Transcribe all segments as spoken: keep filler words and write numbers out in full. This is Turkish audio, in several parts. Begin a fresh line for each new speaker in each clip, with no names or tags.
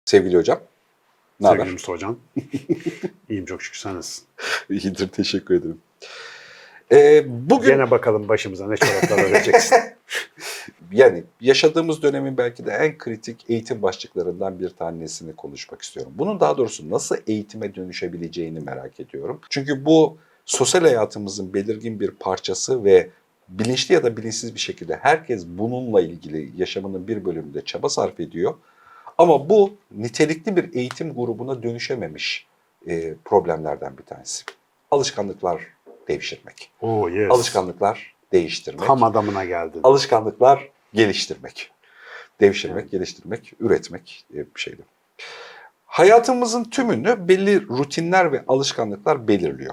Sevgili hocam. Ne
Sevgili
haber?
Mustafa Hocam. İyiyim çok şükür, sen nasılsın?
İyidir, teşekkür ederim. Ee, bugün
Gene bakalım başımıza ne çoraplar öreceksin.
yani yaşadığımız dönemin belki de en kritik eğitim başlıklarından bir tanesini konuşmak istiyorum. Bunun daha doğrusu nasıl eğitime dönüşebileceğini merak ediyorum. Çünkü bu sosyal hayatımızın belirgin bir parçası ve bilinçli ya da bilinçsiz bir şekilde herkes bununla ilgili yaşamının bir bölümünde çaba sarf ediyor. Ama bu nitelikli bir eğitim grubuna dönüşememiş e, problemlerden bir tanesi. Alışkanlıklar devşirmek.
Oh yes.
Alışkanlıklar değiştirmek.
Tam adamına geldin.
Alışkanlıklar geliştirmek. Devşirmek,
Evet.
geliştirmek, üretmek diye bir şeydi. Hayatımızın tümünü belli rutinler ve alışkanlıklar belirliyor.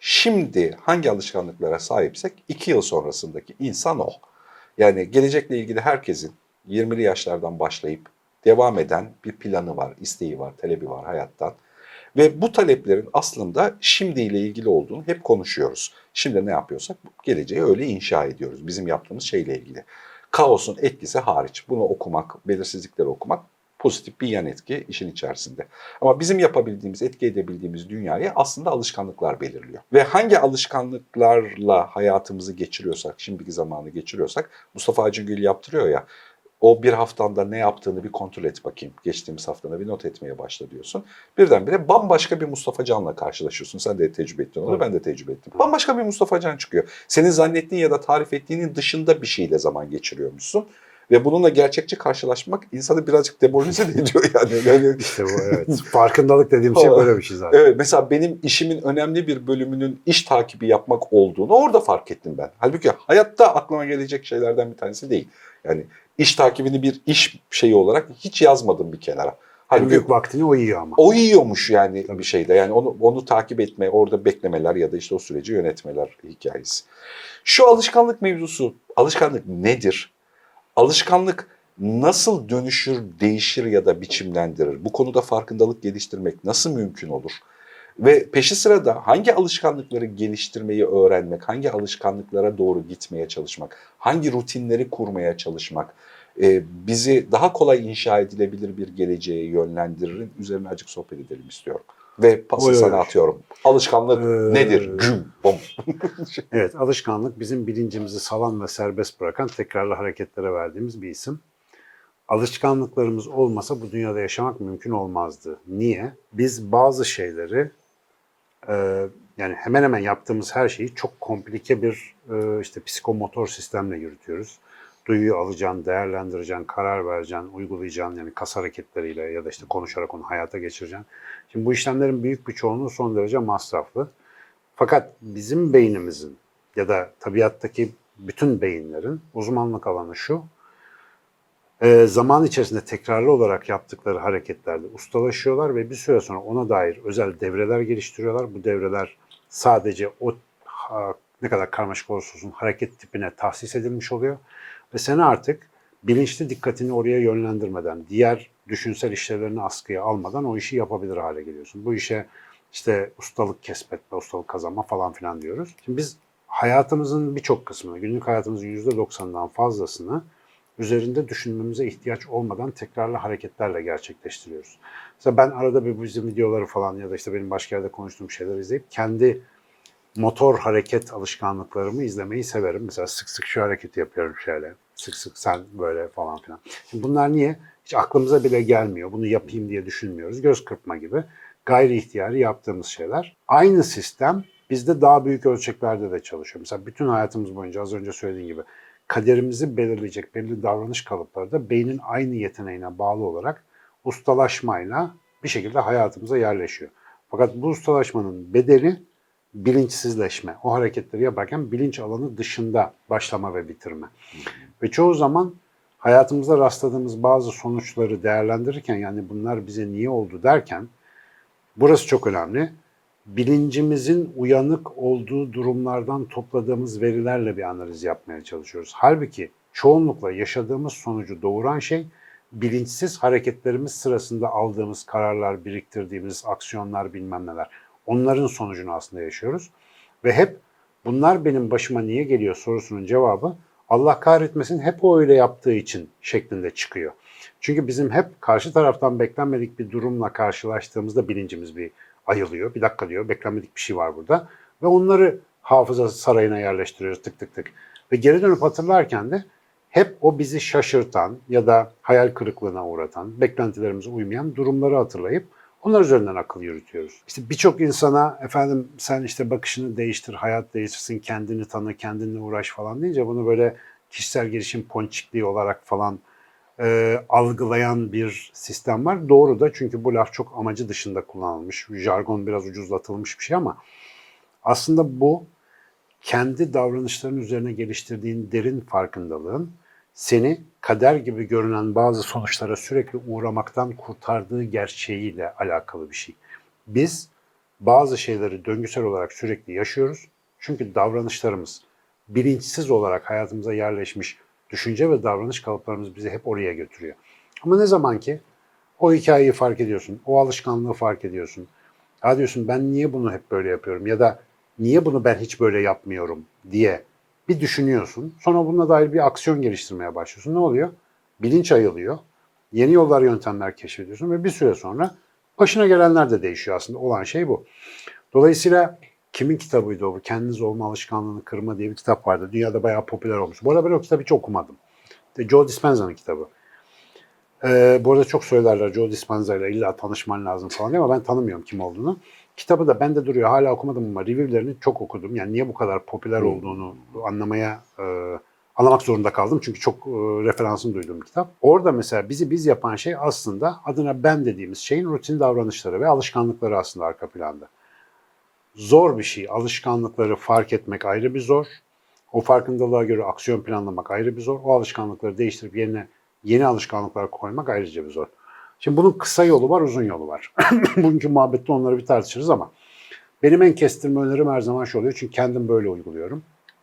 Şimdi hangi alışkanlıklara sahipsek iki yıl sonrasındaki insan o. Yani gelecekle ilgili herkesin yirmili yaşlardan başlayıp devam eden bir planı var, isteği var, talebi var hayattan. Ve bu taleplerin aslında şimdiyle ilgili olduğunu hep konuşuyoruz. Şimdi ne yapıyorsak geleceği öyle inşa ediyoruz bizim yaptığımız şeyle ilgili. Kaosun etkisi hariç bunu okumak, belirsizlikleri okumak pozitif bir yan etki işin içerisinde. Ama bizim yapabildiğimiz, etki edebildiğimiz dünyayı aslında alışkanlıklar belirliyor. Ve hangi alışkanlıklarla hayatımızı geçiriyorsak, şimdiki zamanı geçiriyorsak, Mustafa Acıngül yaptırıyor ya, o bir haftanda ne yaptığını bir kontrol et bakayım. Geçtiğimiz haftada bir not etmeye başla diyorsun. Birdenbire bambaşka bir Mustafa Can'la karşılaşıyorsun. Sen de tecrübe ettin onu, ben de tecrübe ettim. Bambaşka bir Mustafa Can çıkıyor. Senin zannettiğin ya da tarif ettiğinin dışında bir şeyle zaman geçiriyormuşsun. Ve bununla gerçekçi karşılaşmak insanı birazcık demoralize de ediyor yani. yani
İşte bu evet. Farkındalık dediğim şey böyle bir şey zaten.
Evet, mesela benim işimin önemli bir bölümünün iş takibi yapmak olduğunu orada fark ettim ben. Halbuki hayatta aklıma gelecek şeylerden bir tanesi değil. Yani iş takibini bir iş şeyi olarak hiç yazmadım bir kenara.
En
Halbuki
büyük vaktini o yiyor ama.
o yiyormuş yani
Tabii.
bir şeyde. Yani onu onu takip etme, orada beklemeler ya da işte o süreci yönetmeler hikayesi. Şu alışkanlık mevzusu, alışkanlık nedir? Alışkanlık nasıl dönüşür, değişir ya da biçimlendirir? Bu konuda farkındalık geliştirmek nasıl mümkün olur? Ve peşi sırada hangi alışkanlıkları geliştirmeyi öğrenmek, hangi alışkanlıklara doğru gitmeye çalışmak, hangi rutinleri kurmaya çalışmak e, bizi daha kolay inşa edilebilir bir geleceğe yönlendirir. Üzerine azıcık sohbet edelim istiyorum. Ve pası
Oy,
sana
oy.
atıyorum. Alışkanlık
Ee,
nedir? Güm, bom.
Evet, alışkanlık bizim bilincimizi salan ve serbest bırakan tekrarlı hareketlere verdiğimiz bir isim. Alışkanlıklarımız olmasa bu dünyada yaşamak mümkün olmazdı. Niye? Biz bazı şeyleri e, yani hemen hemen yaptığımız her şeyi çok komplike bir e, işte psikomotor sistemle yürütüyoruz. Duyuyu alacaksın, değerlendireceksin, karar vereceksin, uygulayacaksın yani kas hareketleriyle ya da işte konuşarak onu hayata geçireceksin. Şimdi bu işlemlerin büyük bir çoğunluğu son derece masraflı. Fakat bizim beynimizin ya da tabiattaki bütün beyinlerin uzmanlık alanı şu: e, zaman içerisinde tekrarlı olarak yaptıkları hareketlerde ustalaşıyorlar ve bir süre sonra ona dair özel devreler geliştiriyorlar. Bu devreler sadece o ha, ne kadar karmaşık olursa olsun hareket tipine tahsis edilmiş oluyor ve seni artık bilinçli dikkatini oraya yönlendirmeden, diğer düşünsel işlevlerini askıya almadan o işi yapabilir hale geliyorsun. Bu işe işte ustalık kesbetme, ustalık kazanma falan filan diyoruz. Şimdi biz hayatımızın birçok kısmını, günlük hayatımızın yüzde doksanından fazlasını üzerinde düşünmemize ihtiyaç olmadan tekrarlı hareketlerle gerçekleştiriyoruz. Mesela ben arada bir bizim videoları falan ya da işte benim başka yerde konuştuğum şeyleri izleyip kendi motor hareket alışkanlıklarımı izlemeyi severim. Mesela sık sık şu hareketi yapıyorum şöyle, sık sık sen böyle falan filan. Şimdi bunlar niye? Hiç aklımıza bile gelmiyor. Bunu yapayım diye düşünmüyoruz. Göz kırpma gibi gayri ihtiyari yaptığımız şeyler. Aynı sistem bizde daha büyük ölçeklerde de çalışıyor. Mesela bütün hayatımız boyunca az önce söylediğim gibi kaderimizi belirleyecek belli davranış kalıpları da beynin aynı yeteneğine bağlı olarak ustalaşmayla bir şekilde hayatımıza yerleşiyor. Fakat bu ustalaşmanın bedeli bilinçsizleşme. O hareketleri yaparken bilinç alanı dışında başlama ve bitirme. Ve çoğu zaman hayatımızda rastladığımız bazı sonuçları değerlendirirken, yani bunlar bize niye oldu derken, burası çok önemli. Bilincimizin uyanık olduğu durumlardan topladığımız verilerle bir analiz yapmaya çalışıyoruz. Halbuki çoğunlukla yaşadığımız sonucu doğuran şey bilinçsiz hareketlerimiz sırasında aldığımız kararlar, biriktirdiğimiz aksiyonlar, bilmem neler. Onların sonucunu aslında yaşıyoruz. Ve hep bunlar benim başıma niye geliyor sorusunun cevabı Allah kahretmesin hep o öyle yaptığı için şeklinde çıkıyor. Çünkü bizim hep karşı taraftan beklenmedik bir durumla karşılaştığımızda bilincimiz bir ayılıyor. Bir dakika diyor, beklenmedik bir şey var burada. Ve onları hafıza sarayına yerleştiriyoruz tık tık tık. Ve geri dönüp hatırlarken de hep o bizi şaşırtan ya da hayal kırıklığına uğratan, beklentilerimize uymayan durumları hatırlayıp onlar üzerinden akıl yürütüyoruz. İşte birçok insana efendim sen işte bakışını değiştir, hayat değiştirsin, kendini tanı, kendinle uğraş falan deyince bunu böyle kişisel gelişim ponçikliği olarak falan e, algılayan bir sistem var. Doğru da çünkü bu laf çok amacı dışında kullanılmış. Jargon biraz ucuzlatılmış bir şey ama aslında bu kendi davranışların üzerine geliştirdiğin derin farkındalığın seni kader gibi görünen bazı sonuçlara sürekli uğramaktan kurtardığı gerçeğiyle alakalı bir şey. Biz bazı şeyleri döngüsel olarak sürekli yaşıyoruz. Çünkü davranışlarımız bilinçsiz olarak hayatımıza yerleşmiş düşünce ve davranış kalıplarımız bizi hep oraya götürüyor. Ama ne zaman ki o hikayeyi fark ediyorsun, o alışkanlığı fark ediyorsun. Ya diyorsun ben niye bunu hep böyle yapıyorum ya da niye bunu ben hiç böyle yapmıyorum diye bir düşünüyorsun. Sonra bununla dair bir aksiyon geliştirmeye başlıyorsun. Ne oluyor? Bilinç ayılıyor. Yeni yollar, yöntemler keşfediyorsun ve bir süre sonra başına gelenler de değişiyor aslında. Olan şey bu. Dolayısıyla kimin kitabıydı o? Kendiniz olma alışkanlığını kırma diye bir kitap vardı. Dünyada bayağı popüler olmuş. Bu arada ben o kitabı hiç okumadım. Joe Dispenza'nın kitabı. Ee, bu arada çok söylerler Joe Dispenza ile illa tanışman lazım falan diye ama ben tanımıyorum kim olduğunu. Kitabı da bende duruyor. Hala okumadım ama review'lerini çok okudum. Yani niye bu kadar popüler olduğunu anlamaya e, anlamak zorunda kaldım. Çünkü çok e, referansını duyduğum kitap. Orada mesela bizi biz yapan şey aslında adına ben dediğimiz şeyin rutin davranışları ve alışkanlıkları aslında arka planda. Zor bir şey. Alışkanlıkları fark etmek ayrı bir zor. O farkındalığa göre aksiyon planlamak ayrı bir zor. O alışkanlıkları değiştirip yerine yeni alışkanlıklar koymak ayrıca bir zor. Şimdi bunun kısa yolu var, uzun yolu var. Bugünkü muhabbette onları bir tartışırız ama benim en kestirme önerim her zaman şu oluyor. Çünkü kendim böyle uyguluyorum.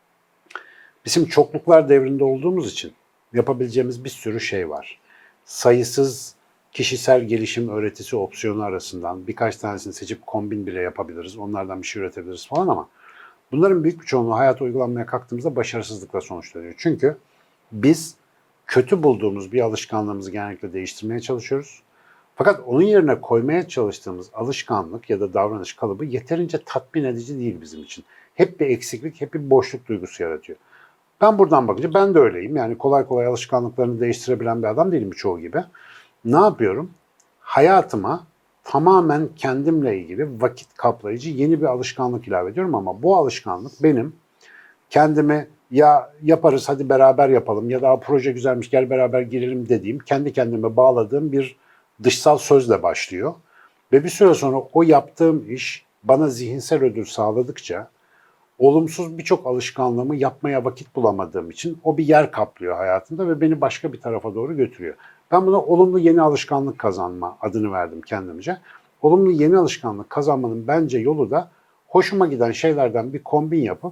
Bizim çokluklar devrinde olduğumuz için yapabileceğimiz bir sürü şey var. Sayısız kişisel gelişim öğretisi opsiyonu arasından birkaç tanesini seçip kombin bile yapabiliriz. Onlardan bir şey üretebiliriz falan ama bunların büyük bir çoğunluğu hayata uygulanmaya kalktığımızda başarısızlıkla sonuçlanıyor. Çünkü biz kötü bulduğumuz bir alışkanlığımızı genellikle değiştirmeye çalışıyoruz. Fakat onun yerine koymaya çalıştığımız alışkanlık ya da davranış kalıbı yeterince tatmin edici değil bizim için. Hep bir eksiklik, hep bir boşluk duygusu yaratıyor. Ben buradan bakınca ben de öyleyim. Yani kolay kolay alışkanlıklarını değiştirebilen bir adam değilim çoğu gibi. Ne yapıyorum? Hayatıma tamamen kendimle ilgili vakit kaplayıcı yeni bir alışkanlık ilave ediyorum ama bu alışkanlık benim kendimi ya yaparız hadi beraber yapalım ya da proje güzelmiş gel beraber girelim dediğim, kendi kendime bağladığım bir dışsal sözle başlıyor. Ve bir süre sonra o yaptığım iş bana zihinsel ödül sağladıkça olumsuz birçok alışkanlığımı yapmaya vakit bulamadığım için o bir yer kaplıyor hayatımda ve beni başka bir tarafa doğru götürüyor. Ben buna olumlu yeni alışkanlık kazanma adını verdim kendimce. Olumlu yeni alışkanlık kazanmanın bence yolu da hoşuma giden şeylerden bir kombin yapıp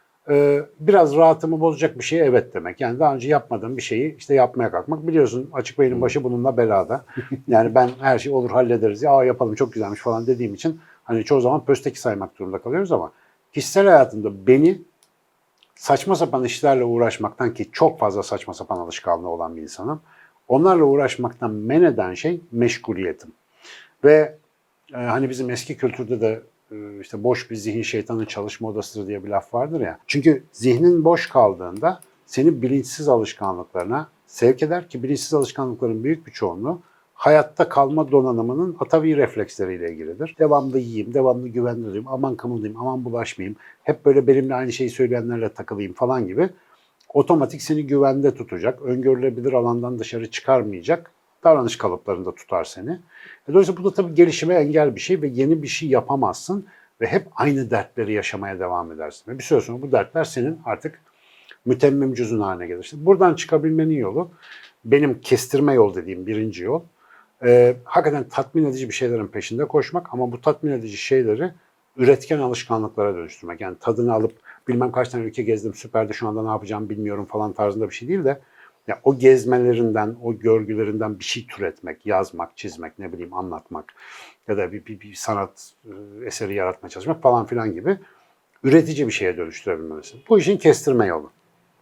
biraz rahatımı bozacak bir şeye evet demek. Yani daha önce yapmadığım bir şeyi işte yapmaya kalkmak. Biliyorsun açık beynin başı bununla belada. Yani ben her şey olur hallederiz ya Aa, yapalım çok güzelmiş falan dediğim için hani çoğu zaman pösteki saymak durumunda kalıyoruz ama kişisel hayatımda beni saçma sapan işlerle uğraşmaktan ki çok fazla saçma sapan alışkanlığı olan bir insanım. Onlarla uğraşmaktan men eden şey meşguliyetim. Ve e, hani bizim eski kültürde de işte boş bir zihin şeytanın çalışma odasıdır diye bir laf vardır ya. Çünkü zihnin boş kaldığında seni bilinçsiz alışkanlıklarına sevk eder ki bilinçsiz alışkanlıkların büyük bir çoğunluğu hayatta kalma donanımının atavi refleksleriyle ilgilidir. Devamlı yiyeyim, devamlı güvende durayım, aman kımıldayım, aman bulaşmayayım, hep böyle benimle aynı şeyi söyleyenlerle takılayım falan gibi otomatik seni güvende tutacak, öngörülebilir alandan dışarı çıkarmayacak davranış kalıplarında tutar seni. Dolayısıyla bu da tabii gelişime engel bir şey ve yeni bir şey yapamazsın ve hep aynı dertleri yaşamaya devam edersin. Ve bir süre sonra bu dertler senin artık mütemmim cüzün haline gelir. İşte buradan çıkabilmenin yolu, benim kestirme yol dediğim birinci yol, e, hakikaten tatmin edici bir şeylerin peşinde koşmak ama bu tatmin edici şeyleri üretken alışkanlıklara dönüştürmek. Yani tadını alıp bilmem kaç tane ülke gezdim süperdi şu anda ne yapacağımı bilmiyorum falan tarzında bir şey değil de ya o gezmelerinden, o görgülerinden bir şey türetmek, yazmak, çizmek, ne bileyim anlatmak ya da bir, bir, bir sanat eseri yaratmaya çalışmak falan filan gibi üretici bir şeye dönüştürebilmesi. Bu işin kestirme yolu.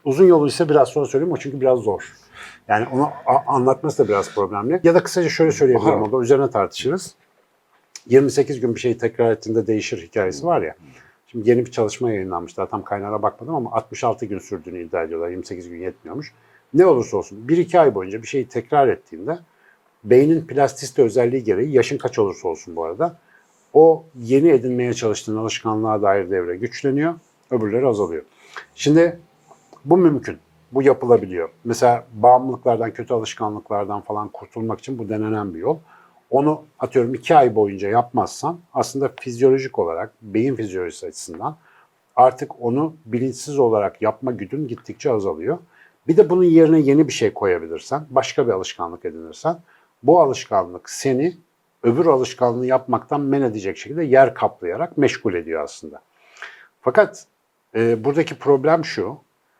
Uzun yolu ise biraz sonra söyleyeyim, o çünkü biraz zor. Yani onu a- anlatması da biraz problemli. Ya da kısaca şöyle söyleyebilirim, o da üzerine tartışırız. yirmi sekiz gün bir şeyi tekrar ettiğinde değişir hikayesi var ya. Şimdi yeni bir çalışma yayınlanmış. Daha tam kaynağına bakmadım ama altmış altı gün sürdüğünü iddia ediyorlar. yirmi sekiz gün yetmiyormuş. Ne olursa olsun bir iki ay boyunca bir şeyi tekrar ettiğinde beynin plastisite özelliği gereği, yaşın kaç olursa olsun bu arada, o yeni edinmeye çalıştığın alışkanlığa dair devre güçleniyor, öbürleri azalıyor. Şimdi bu mümkün. Bu yapılabiliyor. Mesela bağımlılıklardan, kötü alışkanlıklardan falan kurtulmak için bu denenen bir yol. Onu atıyorum iki ay boyunca yapmazsan aslında fizyolojik olarak, beyin fizyolojisi açısından artık onu bilinçsiz olarak yapma güdün gittikçe azalıyor. Bir de bunun yerine yeni bir şey koyabilirsen, başka bir alışkanlık edinirsen, bu alışkanlık seni öbür alışkanlığı yapmaktan men edecek şekilde yer kaplayarak meşgul ediyor aslında. Fakat e, buradaki problem şu,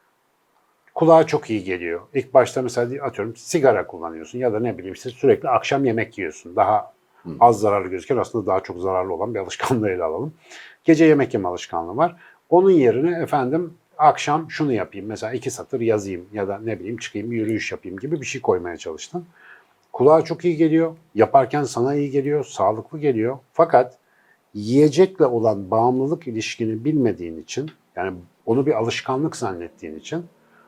kulağa çok iyi geliyor. İlk başta mesela atıyorum sigara kullanıyorsun ya da ne bileyim işte sürekli akşam yemek yiyorsun. Daha hmm. az zararlı gözüken aslında daha çok zararlı olan bir alışkanlığı ele alalım. Gece yemek yeme alışkanlığı var. Onun yerine efendim akşam şunu yapayım, mesela iki satır yazayım ya da ne bileyim çıkayım yürüyüş yapayım gibi bir şey koymaya çalıştın. Kulağa çok iyi geliyor, yaparken sana iyi geliyor, sağlıklı geliyor. Fakat yiyecekle olan bağımlılık ilişkini bilmediğin için, yani onu bir alışkanlık zannettiğin için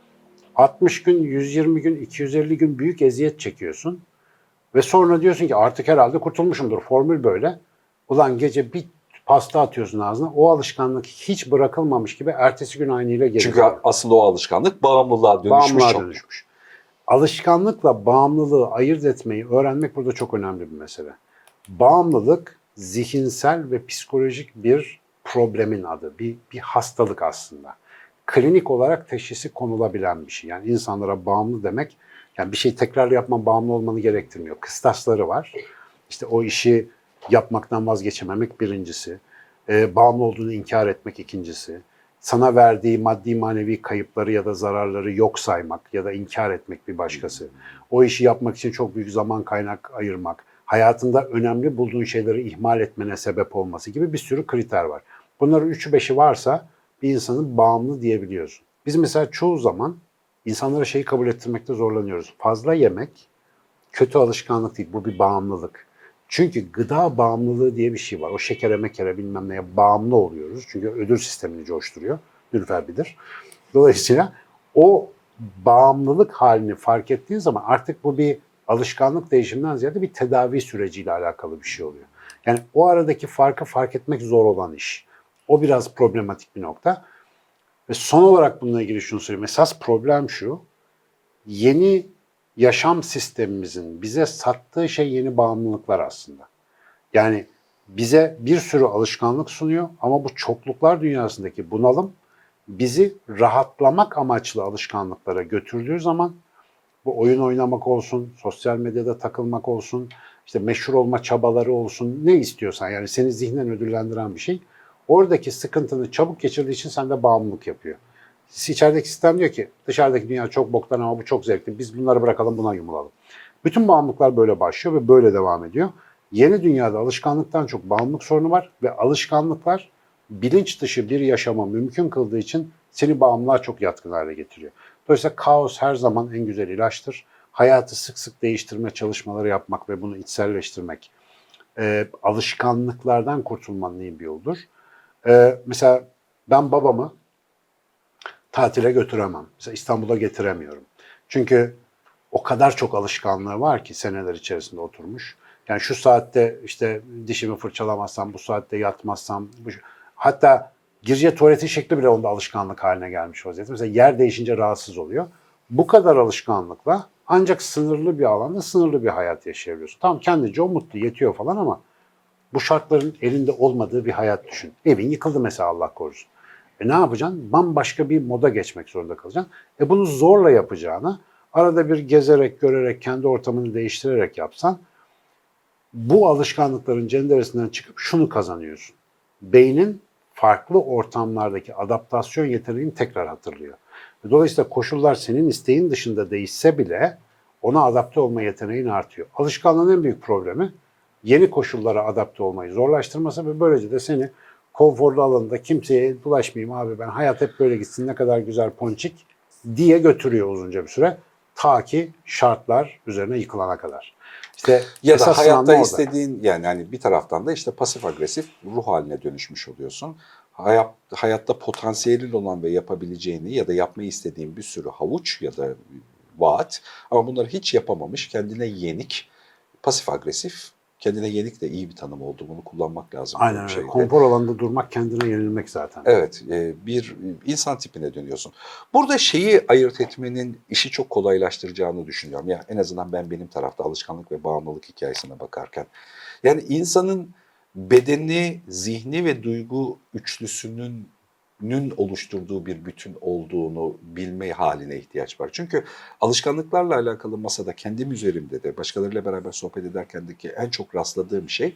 altmış gün, yüz yirmi gün, iki yüz elli gün büyük eziyet çekiyorsun. Ve sonra diyorsun ki artık herhalde kurtulmuşumdur, formül böyle. Ulan gece bir pasta atıyorsun ağzına, o alışkanlık hiç bırakılmamış gibi ertesi gün aynıyla geliyor.
Çünkü aslında o alışkanlık bağımlılığa dönüşmüş.
Bağımlılığa
çok.
dönüşmüş. Alışkanlıkla bağımlılığı ayırt etmeyi öğrenmek burada çok önemli bir mesele. Bağımlılık zihinsel ve psikolojik bir problemin adı, bir, bir hastalık aslında. Klinik olarak teşhisi konulabilen bir şey. Yani insanlara bağımlı demek, yani bir şey tekrar yapman bağımlı olmanı gerektirmiyor. Kıstasları var. İşte o işi yapmaktan vazgeçememek birincisi. E, bağımlı olduğunu inkar etmek ikincisi. Sana verdiği maddi manevi kayıpları ya da zararları yok saymak ya da inkar etmek bir başkası. O işi yapmak için çok büyük zaman kaynak ayırmak. Hayatında önemli bulduğun şeyleri ihmal etmene sebep olması gibi bir sürü kriter var. Bunların üçü beşi varsa bir insanın bağımlı diyebiliyorsun. Biz mesela çoğu zaman insanlara şeyi kabul ettirmekte zorlanıyoruz. Fazla yemek kötü alışkanlık değil, bu bir bağımlılık. Çünkü gıda bağımlılığı diye bir şey var. O şekere mekere bilmem neye bağımlı oluyoruz. Çünkü ödül sistemini coşturuyor. Nülfer bilir. Dolayısıyla o bağımlılık halini fark ettiğin zaman artık bu bir alışkanlık değişiminden ziyade bir tedavi süreciyle alakalı bir şey oluyor. Yani o aradaki farkı fark etmek zor olan iş. O biraz problematik bir nokta. Ve son olarak bununla ilgili şunu söyleyeyim. Esas problem şu, yeni yaşam sistemimizin bize sattığı şey yeni bağımlılıklar aslında. Yani bize bir sürü alışkanlık sunuyor ama bu çokluklar dünyasındaki bunalım bizi rahatlamak amaçlı alışkanlıklara götürdüğü zaman, bu oyun oynamak olsun, sosyal medyada takılmak olsun, işte meşhur olma çabaları olsun, ne istiyorsan yani seni zihnen ödüllendiren bir şey, oradaki sıkıntını çabuk geçirdiği için sende bağımlılık yapıyor. İçerideki sistem diyor ki dışarıdaki dünya çok boktan ama bu çok zevkli, biz bunları bırakalım, buna yumulalım. Bütün bağımlılıklar böyle başlıyor ve böyle devam ediyor. Yeni dünyada alışkanlıktan çok bağımlılık sorunu var ve alışkanlıklar bilinç dışı bir yaşama mümkün kıldığı için seni bağımlılığa çok yatkın hale getiriyor. Dolayısıyla kaos her zaman en güzel ilaçtır. Hayatı sık sık değiştirme çalışmaları yapmak ve bunu içselleştirmek e, alışkanlıklardan kurtulmanın iyi bir yoldur. E, mesela ben babamı tatile götüremem. Mesela İstanbul'a getiremiyorum. Çünkü o kadar çok alışkanlığı var ki seneler içerisinde oturmuş. Yani şu saatte işte dişimi fırçalamazsam, bu saatte yatmazsam, bu, hatta gireceği tuvaletin şekli bile onda alışkanlık haline gelmiş vaziyette. Mesela yer değişince rahatsız oluyor. Bu kadar alışkanlıkla ancak sınırlı bir alanda sınırlı bir hayat yaşayabiliyorsun. Tamam, kendince o mutlu, yetiyor falan ama bu şartların elinde olmadığı bir hayat düşün. Evin yıkıldı mesela, Allah korusun. E ne yapacaksın? Bambaşka bir moda geçmek zorunda kalacaksın. E bunu zorla yapacağına arada bir gezerek, görerek, kendi ortamını değiştirerek yapsan bu alışkanlıkların cenderesinden çıkıp şunu kazanıyorsun. Beynin farklı ortamlardaki adaptasyon yeteneğini tekrar hatırlıyor. Dolayısıyla koşullar senin isteğin dışında değişse bile ona adapte olma yeteneğin artıyor. Alışkanlığın en büyük problemi yeni koşullara adapte olmayı zorlaştırması ve böylece de seni konforlu alanında kimseye bulaşmayayım abi, ben hayat hep böyle gitsin, ne kadar güzel ponçik diye götürüyor uzunca bir süre. Ta ki şartlar üzerine yıkılana kadar. İşte
Ya
esas
da
sınav
hayatta
orada.
istediğin yani hani bir taraftan da işte pasif agresif ruh haline dönüşmüş oluyorsun. Hayat, hayatta potansiyelin olan ve yapabileceğini ya da yapmayı istediğin bir sürü havuç ya da vaat ama bunları hiç yapamamış, kendine yenik, pasif agresif, kendine yenik de iyi bir tanım oldu. Bunu kullanmak lazım bu
Aynen öyle.
şeyde.
Konfor alanında durmak kendine yenilmek zaten.
Evet, e, bir insan tipine dönüyorsun. Burada şeyi ayırt etmenin işi çok kolaylaştıracağını düşünüyorum. Ya en azından ben benim tarafta alışkanlık ve bağımlılık hikayesine bakarken. Yani insanın bedeni, zihni ve duygu üçlüsünün nün oluşturduğu bir bütün olduğunu bilme haline ihtiyaç var. Çünkü alışkanlıklarla alakalı masada kendim üzerimde de başkalarıyla beraber sohbet ederkendeki en çok rastladığım şey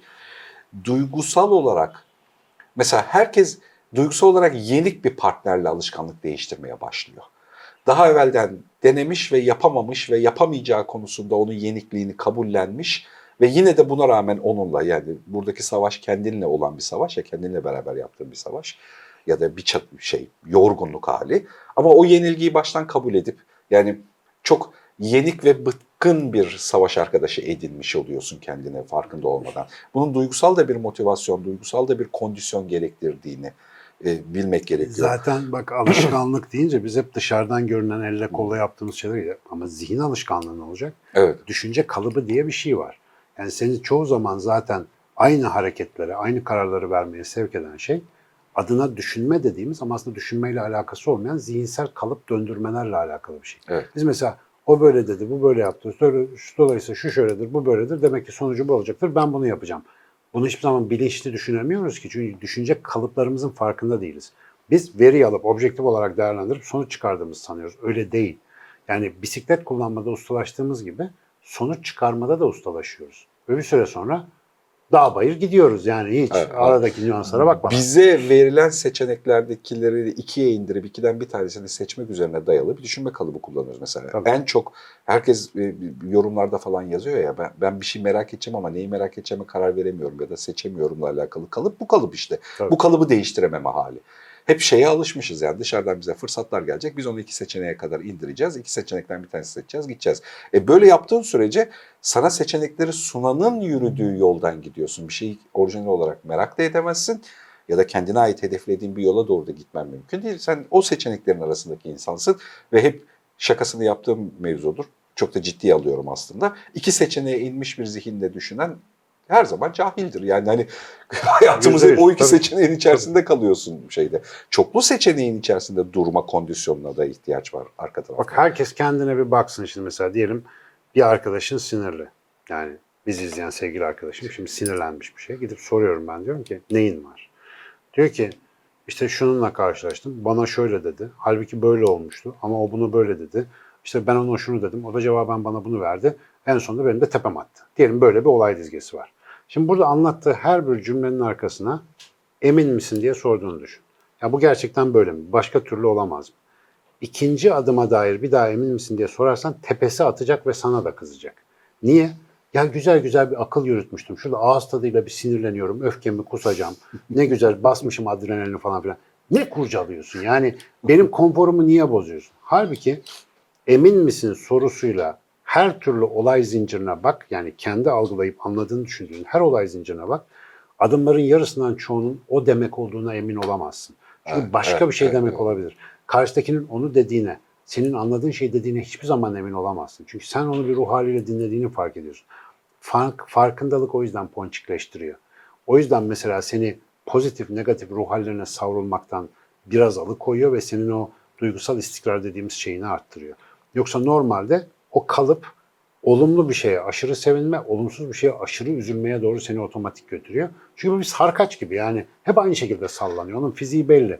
duygusal olarak. Mesela herkes duygusal olarak yenik bir partnerle alışkanlık değiştirmeye başlıyor. Daha evvelden denemiş ve yapamamış ve yapamayacağı konusunda onun yenikliğini kabullenmiş ve yine de buna rağmen onunla, yani buradaki savaş kendinle olan bir savaş ya, kendinle beraber yaptığın bir savaş ya da bir çat, şey yorgunluk hali, ama o yenilgiyi baştan kabul edip yani çok yenik ve bıkkın bir savaş arkadaşı edinmiş oluyorsun kendine farkında olmadan. Bunun duygusal da bir motivasyon, duygusal da bir kondisyon gerektirdiğini e, bilmek gerekiyor.
Zaten bak alışkanlık deyince biz hep dışarıdan görünen elle kolla yaptığımız şeyler ya. Ama zihin alışkanlığı ne olacak?
Evet.
Düşünce kalıbı diye bir şey var. Yani seni çoğu zaman zaten aynı hareketlere, aynı kararları vermeye sevk eden şey adına düşünme dediğimiz ama aslında düşünmeyle alakası olmayan zihinsel kalıp döndürmelerle alakalı bir şey.
Evet.
Biz mesela o böyle dedi, bu böyle yaptı. Dolayısıyla şu şöyledir, bu böyledir. Demek ki sonucu bu olacaktır. Ben bunu yapacağım. Bunu hiçbir zaman bilinçli düşünemiyoruz ki. Çünkü düşünce kalıplarımızın farkında değiliz. Biz veri alıp objektif olarak değerlendirip sonuç çıkardığımızı sanıyoruz. Öyle değil. Yani bisiklet kullanmada ustalaştığımız gibi sonuç çıkarmada da ustalaşıyoruz. Ve bir süre sonra dağ bayır gidiyoruz yani hiç
Evet,
aradaki nüanslara bakmadan.
Bize verilen seçeneklerdekileri ikiye indirip ikiden bir tanesini seçmek üzerine dayalı bir düşünme kalıbı kullanıyoruz mesela.
Tabii.
En çok herkes e, yorumlarda falan yazıyor ya, ben, ben bir şey merak edeceğim ama neyi merak edeceğime karar veremiyorum ya da seçemiyorumla alakalı kalıp bu kalıp işte.
Tabii.
Bu kalıbı değiştirememe hali. Hep şeye alışmışız yani, dışarıdan bize fırsatlar gelecek. Biz onu iki seçeneğe kadar indireceğiz. İki seçenekten bir tanesi seçeceğiz, gideceğiz. E böyle yaptığın sürece sana seçenekleri sunanın yürüdüğü yoldan gidiyorsun. Bir şeyi orijinal olarak merak da edemezsin ya da kendine ait hedeflediğin bir yola doğru da gitmen mümkün değil. Sen o seçeneklerin arasındaki insansın ve hep şakasını yaptığım mevzudur. Çok da ciddiye alıyorum aslında. İki seçeneğe inmiş bir zihinle düşünen her zaman cahildir. Yani hani hayatımızın o iki
Tabii.
seçeneğin içerisinde kalıyorsun şeyde. Çoklu seçeneğin içerisinde durma kondisyonuna da ihtiyaç var arka tarafta.
Bak herkes kendine bir baksın şimdi mesela diyelim bir arkadaşın sinirli. Yani bizi izleyen sevgili arkadaşım şimdi sinirlenmiş bir şey. Gidip soruyorum ben diyorum ki neyin var? Diyor ki işte şununla karşılaştım. Bana şöyle dedi. Halbuki böyle olmuştu ama o bunu böyle dedi. İşte ben ona şunu dedim. O da cevaben bana bunu verdi. En sonunda benim de tepem attı. Diyelim böyle bir olay dizgesi var. Şimdi burada anlattığı her bir cümlenin arkasına emin misin diye sorduğunu düşün. Ya bu gerçekten böyle mi? Başka türlü olamaz mı? İkinci adıma dair bir daha emin misin diye sorarsan tepesi atacak ve sana da kızacak. Niye? Ya güzel güzel bir akıl yürütmüştüm. Şurada ağız tadıyla bir sinirleniyorum. Öfkemi kusacağım. Ne güzel basmışım adrenalini falan filan. Ne kurcalıyorsun? Yani benim konforumu niye bozuyorsun? Halbuki emin misin sorusuyla her türlü olay zincirine bak. Yani kendi algılayıp anladığını düşündüğün her olay zincirine bak. Adımların yarısından çoğunun o demek olduğuna emin olamazsın. Çünkü
Evet,
başka
evet,
bir şey
evet,
demek
evet.
olabilir. Karşıdakinin onu dediğine, senin anladığın şey dediğine hiçbir zaman emin olamazsın. Çünkü sen onu bir ruh haliyle dinlediğini fark ediyorsun. Fark, farkındalık o yüzden ponçikleştiriyor. O yüzden mesela seni pozitif, negatif ruh hallerine savrulmaktan biraz alıkoyuyor ve senin o duygusal istikrar dediğimiz şeyini arttırıyor. Yoksa normalde o kalıp olumlu bir şeye aşırı sevinme, olumsuz bir şeye aşırı üzülmeye doğru seni otomatik götürüyor. Çünkü bu bir sarkaç gibi yani hep aynı şekilde sallanıyor. Onun fiziği belli.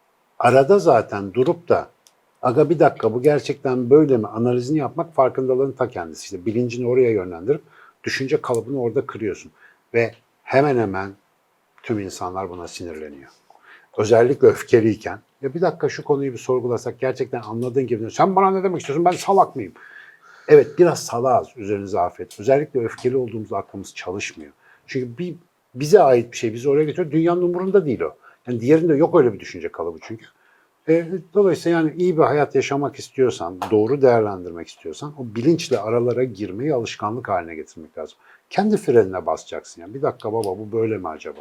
Arada zaten durup da aga bir dakika bu gerçekten böyle mi analizini yapmak farkındalığın ta kendisi. İşte bilincini oraya yönlendirip düşünce kalıbını orada kırıyorsun. Ve hemen hemen tüm insanlar buna sinirleniyor. Özellikle öfkeliyken ya bir dakika şu konuyu bir sorgulasak gerçekten anladığın gibi sen bana ne demek istiyorsun ben salak mıyım? Evet biraz salağız üzerinize afiyet. Özellikle öfkeli olduğumuzda aklımız çalışmıyor. Çünkü bir bize ait bir şey bizi oraya getiriyor. Dünyanın umurunda değil o. Yani diğerinde yok öyle bir düşünce kalıbı çünkü. E, dolayısıyla yani iyi bir hayat yaşamak istiyorsan, doğru değerlendirmek istiyorsan o bilinçle aralara girmeyi alışkanlık haline getirmek lazım. Kendi frenine basacaksın. Yani bir dakika baba bu böyle mi acaba?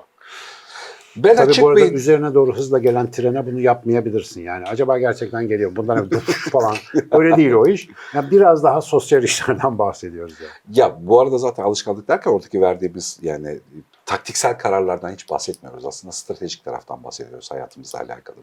Ben
Tabii bu
açık
arada
beyin...
üzerine doğru hızla gelen trene bunu yapmayabilirsin. Yani acaba gerçekten geliyor mu? Bundan bir falan. Öyle değil o iş. Yani biraz daha sosyal işlerden bahsediyoruz. Yani.
Ya bu arada zaten alışkanlık derken oradaki verdiğimiz yani taktiksel kararlardan hiç bahsetmiyoruz. Aslında stratejik taraftan bahsediyoruz hayatımızla alakalı.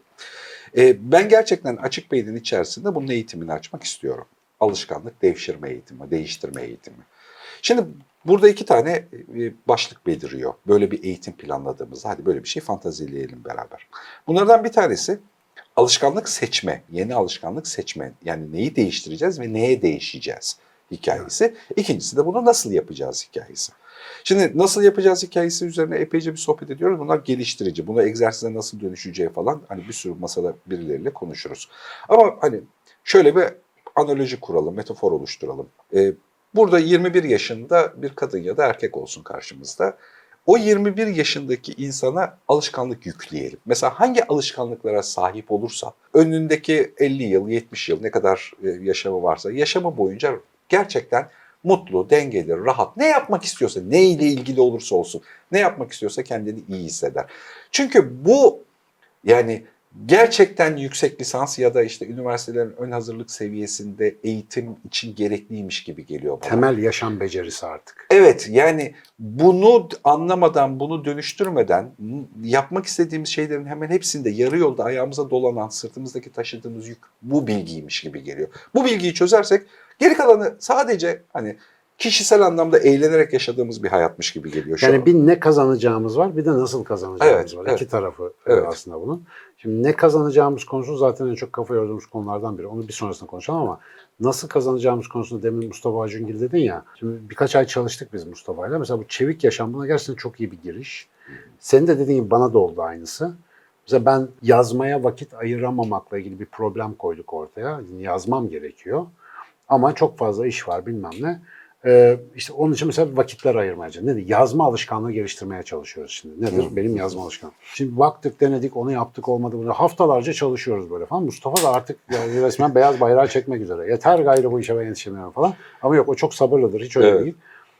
Ee, ben gerçekten açık beynin içerisinde bunun eğitimini açmak istiyorum. Alışkanlık devşirme eğitimi, değiştirme eğitimi. Şimdi burada iki tane e, başlık beliriyor. Böyle bir eğitim planladığımızda hadi böyle bir şey fantazileyelim beraber. Bunlardan bir tanesi alışkanlık seçme, yeni alışkanlık seçme. Yani neyi değiştireceğiz ve neye değişeceğiz hikayesi. İkincisi de bunu nasıl yapacağız hikayesi. Şimdi nasıl yapacağız hikayesi üzerine epeyce bir sohbet ediyoruz. Bunlar geliştirici. Bunu egzersize nasıl dönüşeceği falan hani bir sürü masada birileriyle konuşuruz. Ama hani şöyle bir analoji kuralım, metafor oluşturalım. Ee, burada yirmi bir yaşında bir kadın ya da erkek olsun karşımızda. O yirmi bir yaşındaki insana alışkanlık yükleyelim. Mesela hangi alışkanlıklara sahip olursa önündeki elli yıl, yetmiş yıl ne kadar yaşamı varsa yaşamı boyunca gerçekten mutlu, dengeli, rahat ne yapmak istiyorsa, ne ile ilgili olursa olsun ne yapmak istiyorsa kendini iyi hisseder. Çünkü bu yani gerçekten yüksek lisans ya da işte üniversitelerin ön hazırlık seviyesinde eğitim için gerekliymiş gibi geliyor bana.
Temel yaşam becerisi artık.
Evet yani bunu anlamadan, bunu dönüştürmeden yapmak istediğimiz şeylerin hemen hepsinde yarı yolda ayağımıza dolanan, sırtımızdaki taşıdığımız yük bu bilgiymiş gibi geliyor. Bu bilgiyi çözersek geri kalanı sadece hani kişisel anlamda eğlenerek yaşadığımız bir hayatmış gibi geliyor şu
yani
an.
bir ne kazanacağımız var bir de nasıl kazanacağımız
Evet,
var.
evet.
İki tarafı
Evet.
aslında bunun. Şimdi ne kazanacağımız konusu zaten en çok kafa yorduğumuz konulardan biri. Onu bir sonrasında konuşalım ama nasıl kazanacağımız konusunda demin Mustafa Acungil dedin ya. Şimdi birkaç ay çalıştık biz Mustafa'yla. Mesela bu çevik yaşam buna gerçekten çok iyi bir giriş. Senin de dediğin gibi bana da oldu aynısı. Mesela ben yazmaya vakit ayıramamakla ilgili bir problem koyduk ortaya. Yazmam gerekiyor. Ama çok fazla iş var bilmem ne. Ee, işte onun için mesela vakitler ayırmaya çalışıyoruz. Nedir? Yazma alışkanlığı geliştirmeye çalışıyoruz şimdi. Nedir? Hı. Benim yazma alışkanlığım. Şimdi baktık, denedik, onu yaptık, olmadı. Bunu haftalarca çalışıyoruz böyle falan. Mustafa da artık yani resmen beyaz bayrağı çekmek üzere. Yeter gayrı bu işe ben yetişemiyorum falan. Ama yok o çok sabırlıdır. Hiç öyle
Evet.
değil.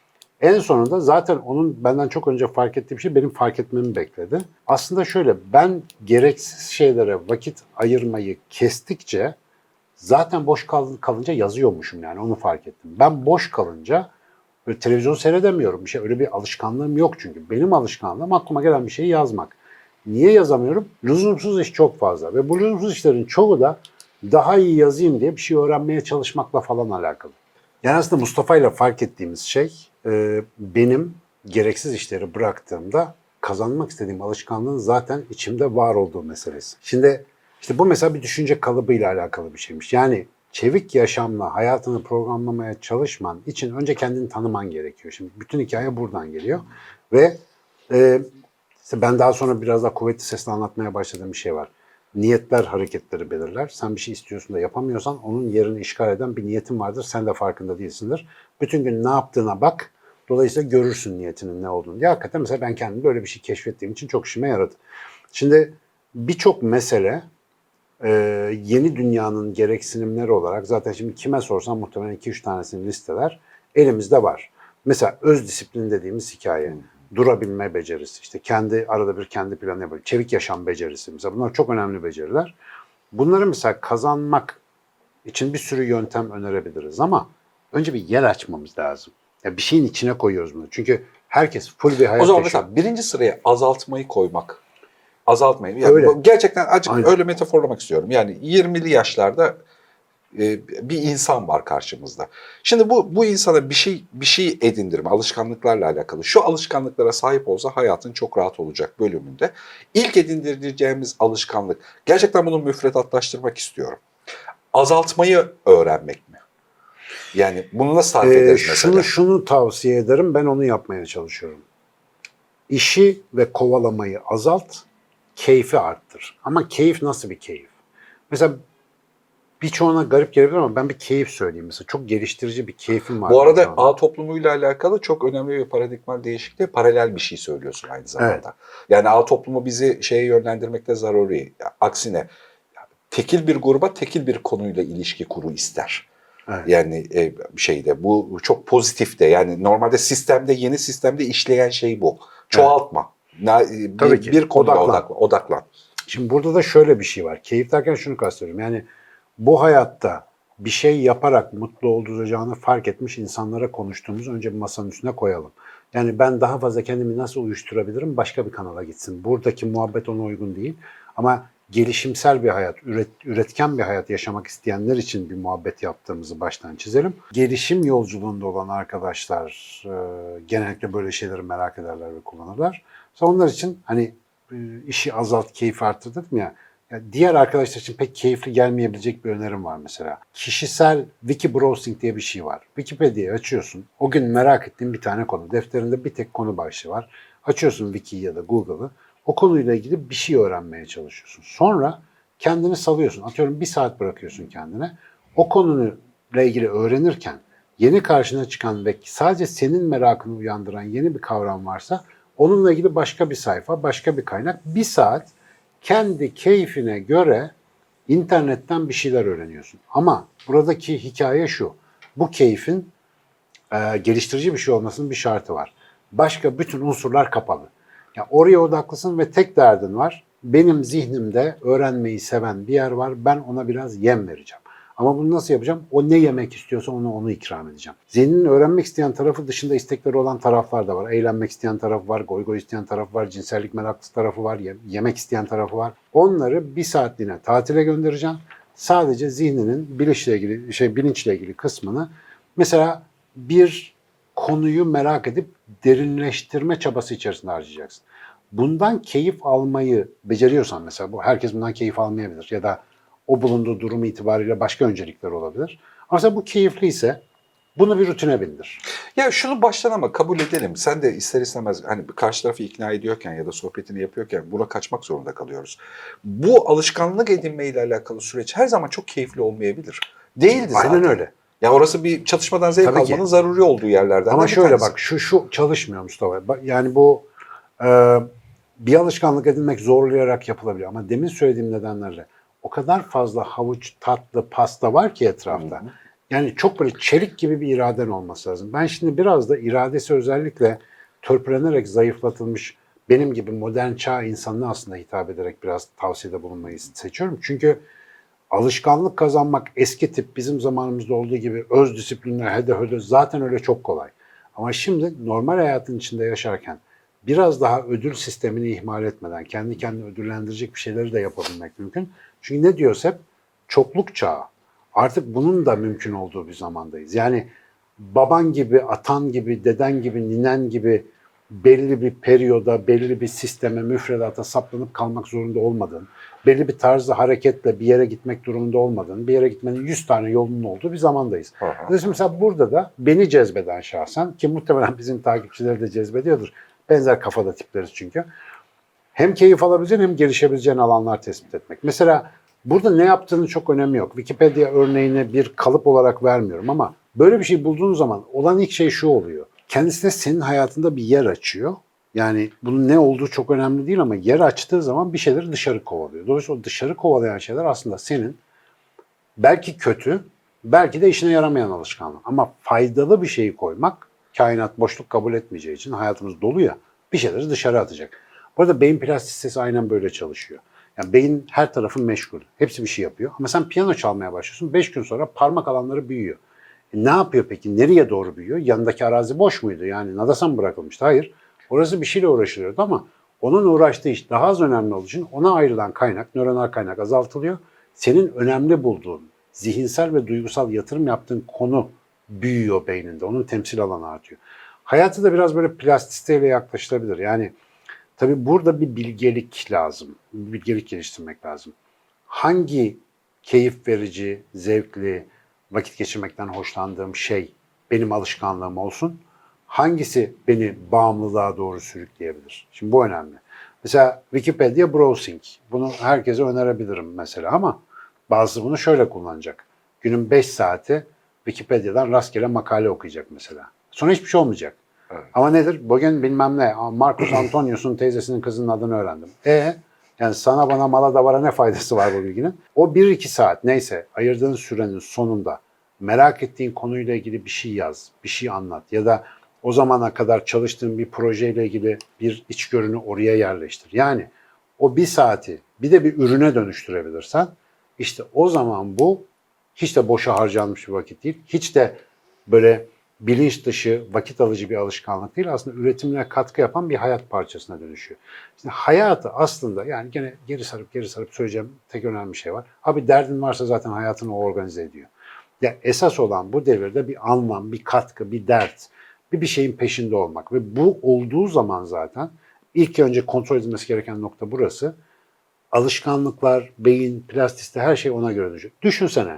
En sonunda zaten onun benden çok önce fark ettiği bir şey benim fark etmemi bekledi. Aslında şöyle, ben gereksiz şeylere vakit ayırmayı kestikçe zaten boş kal- kalınca yazıyormuşum, yani onu fark ettim. Ben boş kalınca böyle televizyon seyredemiyorum. Bir şey, öyle bir alışkanlığım yok çünkü. Benim alışkanlığım aklıma gelen bir şeyi yazmak. Niye yazamıyorum? Lüzumsuz iş çok fazla ve bu lüzumsuz işlerin çoğu da daha iyi yazayım diye bir şey öğrenmeye çalışmakla falan alakalı. Yani aslında Mustafa ile fark ettiğimiz şey e, benim gereksiz işleri bıraktığımda kazanmak istediğim alışkanlığın zaten içimde var olduğu meselesi. Şimdi işte bu mesela bir düşünce kalıbıyla alakalı bir şeymiş. Yani çevik yaşamla hayatını programlamaya çalışman için önce kendini tanıman gerekiyor. Şimdi bütün hikaye buradan geliyor. Ve e, işte ben daha sonra biraz daha kuvvetli sesle anlatmaya başladığım bir şey var. Niyetler hareketleri belirler. Sen bir şey istiyorsun da yapamıyorsan onun yerini işgal eden bir niyetin vardır. Sen de farkında değilsindir. Bütün gün ne yaptığına bak. Dolayısıyla görürsün niyetinin ne olduğunu diye. Hakikaten mesela ben kendim böyle bir şey keşfettiğim için çok işime yaradı. Şimdi birçok mesele e, yeni dünyanın gereksinimleri olarak zaten şimdi kime sorsam muhtemelen iki üç tanesini listeler elimizde var. Mesela öz disiplin dediğimiz hikaye. Durabilme becerisi, işte kendi arada bir kendi planı yapıyor. Çevik yaşam becerisi mesela, bunlar çok önemli beceriler. Bunları mesela kazanmak için bir sürü yöntem önerebiliriz ama önce bir yer açmamız lazım. Ya bir şeyin içine koyuyoruz bunu. Çünkü herkes full bir hayat
O zaman
yaşıyor.
mesela birinci sıraya azaltmayı koymak. Azaltmayı. Yani
Öyle.
gerçekten acık
Aynen.
öyle metaforlamak istiyorum. Yani yirmili yaşlarda bir insan var karşımızda. Şimdi bu bu insana bir şey bir şey edindirme, alışkanlıklarla alakalı. Şu alışkanlıklara sahip olsa hayatın çok rahat olacak bölümünde. İlk edindireceğimiz alışkanlık, gerçekten bunu müfredatlaştırmak istiyorum. Azaltmayı öğrenmek mi? Yani bunu nasıl tarif
Ee,
ederiz
şunu,
mesela?
şunu tavsiye ederim, ben onu yapmaya çalışıyorum. İşi ve kovalamayı azalt, keyfi arttır. Ama keyif nasıl bir keyif? Mesela birçoğuna garip gelebilir ama ben bir keyif söyleyeyim mesela. Çok geliştirici bir keyfim var.
Bu arada
şu anda.
ağ toplumuyla alakalı çok önemli bir paradigma değişikliği, paralel bir şey söylüyorsun aynı zamanda.
Evet.
Yani ağ toplumu bizi şeye yönlendirmekte zaruri. Aksine tekil bir gruba tekil bir konuyla ilişki kuru ister.
Evet.
Yani e, şeyde bu çok pozitif de, yani normalde sistemde, yeni sistemde işleyen şey bu. Çoğaltma. Na- e,
Tabii
bir,
ki.
bir konuya
Odaklan.
odaklan. odaklan.
Şimdi burada da şöyle bir şey var. Keyif derken şunu kastediyorum. Yani bu hayatta bir şey yaparak mutlu olacağını fark etmiş insanlara konuştuğumuz önce bir masanın üstüne koyalım. Yani ben daha fazla kendimi nasıl uyuşturabilirim, başka bir kanala gitsin. Buradaki muhabbet ona uygun değil. Ama gelişimsel bir hayat, üret, üretken bir hayat yaşamak isteyenler için bir muhabbet yaptığımızı baştan çizelim. Gelişim yolculuğunda olan arkadaşlar e, genellikle böyle şeyleri merak ederler ve kullanırlar. Mesela onlar için hani e, işi azalt, keyif arttır dedim ya. Ya diğer arkadaşlar için pek keyifli gelmeyebilecek bir önerim var mesela. Kişisel wiki browsing diye bir şey var. Wikipedia'yı açıyorsun. O gün merak ettiğin bir tane konu. Defterinde bir tek konu başlığı var. Açıyorsun Wiki'yi ya da Google'ı. O konuyla ilgili bir şey öğrenmeye çalışıyorsun. Sonra kendini salıyorsun. Atıyorum bir saat bırakıyorsun kendine. O konuyla ilgili öğrenirken yeni karşına çıkan ve sadece senin merakını uyandıran yeni bir kavram varsa onunla ilgili başka bir sayfa, başka bir kaynak. Bir saat kendi keyfine göre internetten bir şeyler öğreniyorsun. Ama buradaki hikaye şu. Bu keyfin e, geliştirici bir şey olmasının bir şartı var. Başka bütün unsurlar kapalı. Ya oraya odaklısın ve tek derdin var. Benim zihnimde öğrenmeyi seven bir yer var. Ben ona biraz yem vereceğim. Ama bunu nasıl yapacağım? O ne yemek istiyorsa onu onu ikram edeceğim. Zihninin öğrenmek isteyen tarafı dışında istekleri olan taraflar da var. Eğlenmek isteyen tarafı var, goy goy isteyen tarafı var, cinsellik meraklısı tarafı var, yemek isteyen tarafı var. Onları bir saatliğine tatile göndereceğim. Sadece zihninin bilinçle ilgili şey bilinçle ilgili kısmını mesela bir konuyu merak edip derinleştirme çabası içerisinde harcayacaksın. Bundan keyif almayı beceriyorsan mesela bu herkes bundan keyif almayabilir ya da o bulunduğu durum itibariyle başka öncelikler olabilir. Ama mesela bu keyifliyse bunu bir rutine bindir.
Ya şunu baştan ama kabul edelim. Sen de ister istemez hani karşı tarafı ikna ediyorken ya da sohbetini yapıyorken buna kaçmak zorunda kalıyoruz. Bu alışkanlık edinme ile alakalı süreç her zaman çok keyifli olmayabilir. Değildi zaten.
Aynen öyle.
Ya orası bir çatışmadan zevk
Tabii
almanın
ki.
zaruri olduğu yerlerden.
Ama
bir
şöyle
tanesi.
bak şu şu çalışmıyor Mustafa. Yani bu e, bir alışkanlık edinmek zorlayarak yapılabilir. Ama demin söylediğim nedenlerle o kadar fazla havuç, tatlı, pasta var ki etrafta. Hı hı. Yani çok böyle çelik gibi bir iraden olması lazım. Ben şimdi biraz da iradesi özellikle törpülenerek zayıflatılmış benim gibi modern çağ insanına aslında hitap ederek biraz tavsiyede bulunmayı seçiyorum. Çünkü alışkanlık kazanmak eski tip bizim zamanımızda olduğu gibi öz disiplinle hede hede zaten öyle çok kolay. Ama şimdi normal hayatın içinde yaşarken biraz daha ödül sistemini ihmal etmeden kendi kendini ödüllendirecek bir şeyleri de yapabilmek mümkün. Çünkü ne diyoruz hep? Çokluk çağı. Artık bunun da mümkün olduğu bir zamandayız. Yani baban gibi, atan gibi, deden gibi, ninen gibi belli bir periyoda, belli bir sisteme, müfredata saplanıp kalmak zorunda olmadığın, belli bir tarzda hareketle bir yere gitmek durumunda olmadığın, bir yere gitmenin yüz tane yolunun olduğu bir zamandayız. Dolayısıyla mesela burada da beni cezbeden şahsen, ki muhtemelen bizim takipçileri de cezbediyordur, benzer kafada tipleriz çünkü, hem keyif alabileceğin hem gelişebileceğin alanlar tespit etmek. Mesela burada ne yaptığının çok önemi yok. Wikipedia örneğini bir kalıp olarak vermiyorum ama böyle bir şey bulduğun zaman olan ilk şey şu oluyor. Kendisine senin hayatında bir yer açıyor. Yani bunun ne olduğu çok önemli değil ama yer açtığı zaman bir şeyleri dışarı kovalıyor. Dolayısıyla o dışarı kovalayan şeyler aslında senin belki kötü, belki de işine yaramayan alışkanlık. Ama faydalı bir şeyi koymak, kainat boşluk kabul etmeyeceği için hayatımız dolu ya, bir şeyleri dışarı atacak. Bu arada beyin plastisitesi aynen böyle çalışıyor. Yani beyin her tarafın meşgul. Hepsi bir şey yapıyor. Ama sen piyano çalmaya başlıyorsun. Beş gün sonra parmak alanları büyüyor. E ne yapıyor peki? Nereye doğru büyüyor? Yanındaki arazi boş muydu? Yani nadasa mı bırakılmıştı? Hayır. Orası bir şeyle uğraşılıyordu ama onun uğraştığı iş daha az önemli olduğu için ona ayrılan kaynak, nöronal kaynak azaltılıyor. Senin önemli bulduğun, zihinsel ve duygusal yatırım yaptığın konu büyüyor beyninde. Onun temsil alanı artıyor. Hayatı da biraz böyle plastisiteyle yaklaşılabilir. Yani tabii burada bir bilgelik lazım. Bir bilgelik geliştirmek lazım. Hangi keyif verici, zevkli, vakit geçirmekten hoşlandığım şey benim alışkanlığım olsun? Hangisi beni bağımlılığa doğru sürükleyebilir? Şimdi bu önemli. Mesela Wikipedia browsing. Bunu herkese önerebilirim mesela ama bazısı bunu şöyle kullanacak. Günün beş saati Wikipedia'dan rastgele makale okuyacak mesela. Sonra hiçbir şey olmayacak. Evet. Ama nedir? Bugün bilmem ne, Marcus Antonius'un teyzesinin kızının adını öğrendim. E Yani sana bana mala davara ne faydası var bu bilginin? O bir iki saat neyse ayırdığın sürenin sonunda merak ettiğin konuyla ilgili bir şey yaz, bir şey anlat ya da o zamana kadar çalıştığın bir projeyle ilgili bir içgörünü oraya yerleştir. Yani o bir saati bir de bir ürüne dönüştürebilirsen işte o zaman bu hiç de boşa harcanmış bir vakit değil. Hiç de böyle bilinç dışı, vakit alıcı bir alışkanlık değil. Aslında üretimine katkı yapan bir hayat parçasına dönüşüyor. Şimdi hayatı aslında yani gene geri sarıp geri sarıp söyleyeceğim tek önemli bir şey var. Abi derdin varsa zaten hayatını o organize ediyor. Ya esas olan bu devirde bir anlam, bir katkı, bir dert, bir bir şeyin peşinde olmak ve bu olduğu zaman zaten ilk önce kontrol edilmesi gereken nokta burası. Alışkanlıklar, beyin, plastiste her şey ona göre düşüyor. Düşünsene,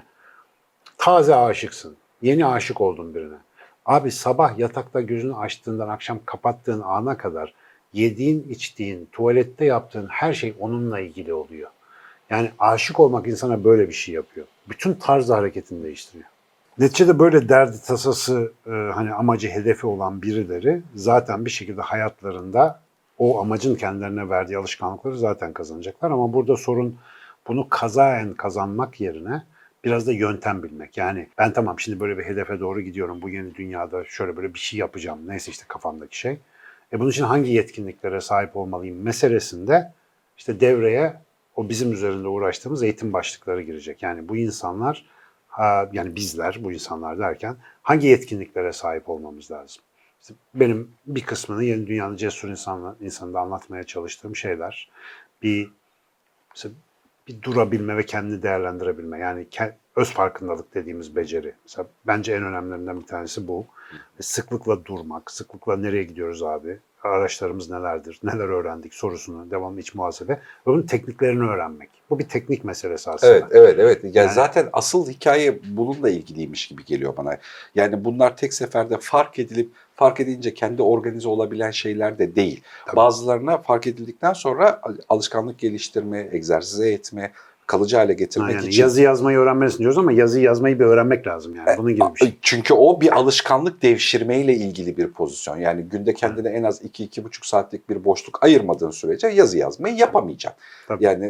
taze aşıksın, yeni aşık oldun birine. Abi sabah yatakta gözünü açtığından akşam kapattığın ana kadar yediğin, içtiğin, tuvalette yaptığın her şey onunla ilgili oluyor. Yani aşık olmak insana böyle bir şey yapıyor. Bütün tarzı hareketini değiştiriyor. Neticede böyle derdi, tasası, e, hani amacı, hedefi olan birileri zaten bir şekilde hayatlarında o amacın kendilerine verdiği alışkanlıkları zaten kazanacaklar. Ama burada sorun bunu kazaen kazanmak yerine biraz da yöntem bilmek. Yani ben tamam şimdi böyle bir hedefe doğru gidiyorum. Bu yeni dünyada şöyle böyle bir şey yapacağım. Neyse işte kafamdaki şey. E bunun için hangi yetkinliklere sahip olmalıyım meselesinde işte devreye o bizim üzerinde uğraştığımız eğitim başlıkları girecek. Yani bu insanlar, yani bizler bu insanlar derken hangi yetkinliklere sahip olmamız lazım? İşte benim bir kısmını yeni dünyanın cesur insanı, insanında anlatmaya çalıştığım şeyler. Bir mesela bir durabilme ve kendini değerlendirebilme. Yani öz farkındalık dediğimiz beceri. Mesela bence en önemlilerinden bir tanesi bu. Sıklıkla durmak, sıklıkla nereye gidiyoruz abi? Araçlarımız nelerdir? Neler öğrendik sorusunu, devamlı iç muhasebe ve bunun tekniklerini öğrenmek. Bu bir teknik meselesi aslında.
Evet, evet, evet. Yani,
Yani,
zaten asıl hikaye bununla ilgiliymiş gibi geliyor bana. Yani bunlar tek seferde fark edilip fark edince kendi organize olabilen şeyler de değil.
Tabii.
Bazılarına fark edildikten sonra alışkanlık geliştirme, egzersize etme, kalıcı hale getirmek
yani
için.
Yazı yazmayı öğrenmelisin diyoruz ama yazıyı yazmayı bir öğrenmek lazım yani. Bunun gibi bir şey.
Çünkü o bir alışkanlık devşirmeyle ilgili bir pozisyon. Yani günde kendine en az iki iki buçuk saatlik bir boşluk ayırmadığın sürece yazı yazmayı yapamayacaksın.
Tabii.
Yani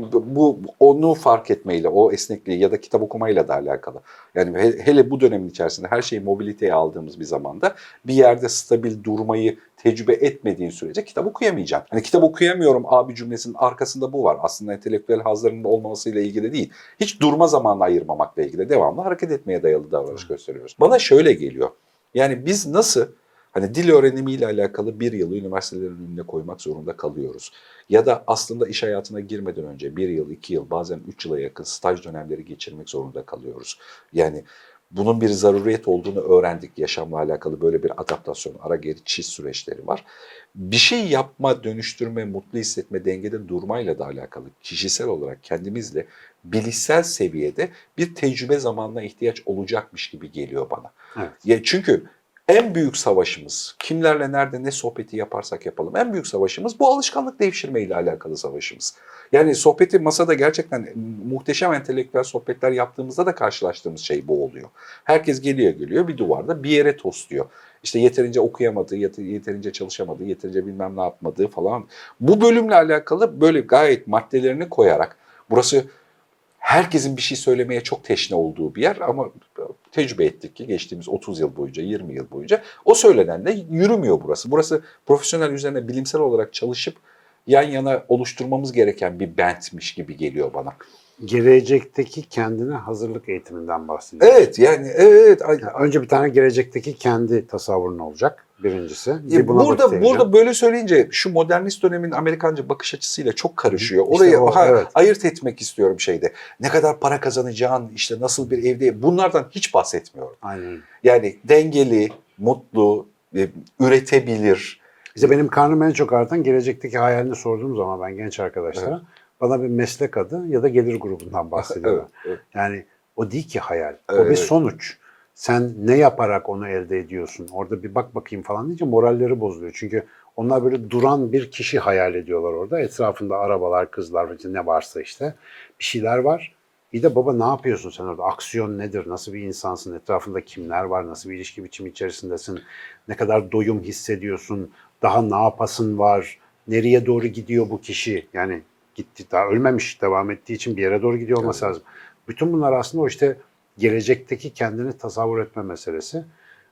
bu onu fark etmeyle, o esnekliği ya da kitap okumayla da alakalı. Yani hele bu dönemin içerisinde her şeyi mobiliteye aldığımız bir zamanda bir yerde stabil durmayı tecrübe etmediğin sürece kitap okuyamayacaksın. Hani kitap okuyamıyorum abi cümlesinin arkasında bu var. Aslında entelektüel hazlarının olmamasıyla ilgili değil. Hiç durma zamanı ayırmamakla ilgili, devamlı hareket etmeye dayalı davranış gösteriyoruz. Bana şöyle geliyor. Yani biz nasıl hani dil öğrenimiyle alakalı bir yılı üniversitelerin önüne koymak zorunda kalıyoruz. Ya da aslında iş hayatına girmeden önce bir yıl, iki yıl, bazen üç yıla yakın staj dönemleri geçirmek zorunda kalıyoruz. Yani bunun bir zaruriyet olduğunu öğrendik. Yaşamla alakalı böyle bir adaptasyon, ara geçiş süreçleri var. Bir şey yapma, dönüştürme, mutlu hissetme, dengede durmayla da alakalı kişisel olarak kendimizle bilişsel seviyede bir tecrübe zamanına ihtiyaç olacakmış gibi geliyor bana.
Evet.
Ya çünkü en büyük savaşımız, kimlerle nerede ne sohbeti yaparsak yapalım, en büyük savaşımız bu alışkanlık devşirmeyle alakalı savaşımız. Yani sohbeti masada gerçekten muhteşem entelektüel sohbetler yaptığımızda da karşılaştığımız şey bu oluyor. Herkes geliyor geliyor bir duvarda bir yere tosluyor. İşte yeterince okuyamadığı, yeterince çalışamadığı, yeterince bilmem ne yapmadığı falan. Bu bölümle alakalı böyle gayet maddelerini koyarak, burası herkesin bir şey söylemeye çok teşne olduğu bir yer ama tecrübe ettik ki geçtiğimiz otuz yıl boyunca, yirmi yıl boyunca o söylenenle yürümüyor burası. Burası profesyonel üzerine bilimsel olarak çalışıp yan yana oluşturmamız gereken bir bentmiş gibi geliyor bana.
Gelecekteki kendine hazırlık eğitiminden bahsediyoruz.
Evet yani evet.
Yani önce bir tane gelecekteki kendi tasavvurun olacak birincisi.
E, burada burada böyle söyleyince şu modernist dönemin Amerikanca bakış açısıyla çok karışıyor.
İşte
Orayı
o,
ha,
evet.
ayırt etmek istiyorum şeyde. Ne kadar para kazanacağın, işte nasıl bir evde, bunlardan hiç bahsetmiyorum.
Aynen.
Yani dengeli, mutlu, e, üretebilir.
İşte benim karnım en çok artan gelecekteki hayalini sorduğum zaman ben genç arkadaşlara evet. bana bir meslek adı ya da gelir grubundan bahsediyorlar. Evet, evet. Yani o değil ki hayal. Evet, o bir sonuç. Sen ne yaparak onu elde ediyorsun? Orada bir bak bakayım falan deyince moralleri bozuluyor. Çünkü onlar böyle duran bir kişi hayal ediyorlar orada. Etrafında arabalar, kızlar, ne varsa işte bir şeyler var. Bir de baba ne yapıyorsun sen orada? Aksiyon nedir? Nasıl bir insansın? Etrafında kimler var? Nasıl bir ilişki biçimi içerisindesin? Ne kadar doyum hissediyorsun? Daha ne yapasın var? Nereye doğru gidiyor bu kişi? Yani gitti, daha ölmemiş, devam ettiği için bir yere doğru gidiyor olması
Evet.
lazım. Bütün bunlar aslında o işte gelecekteki kendini tasavvur etme meselesi.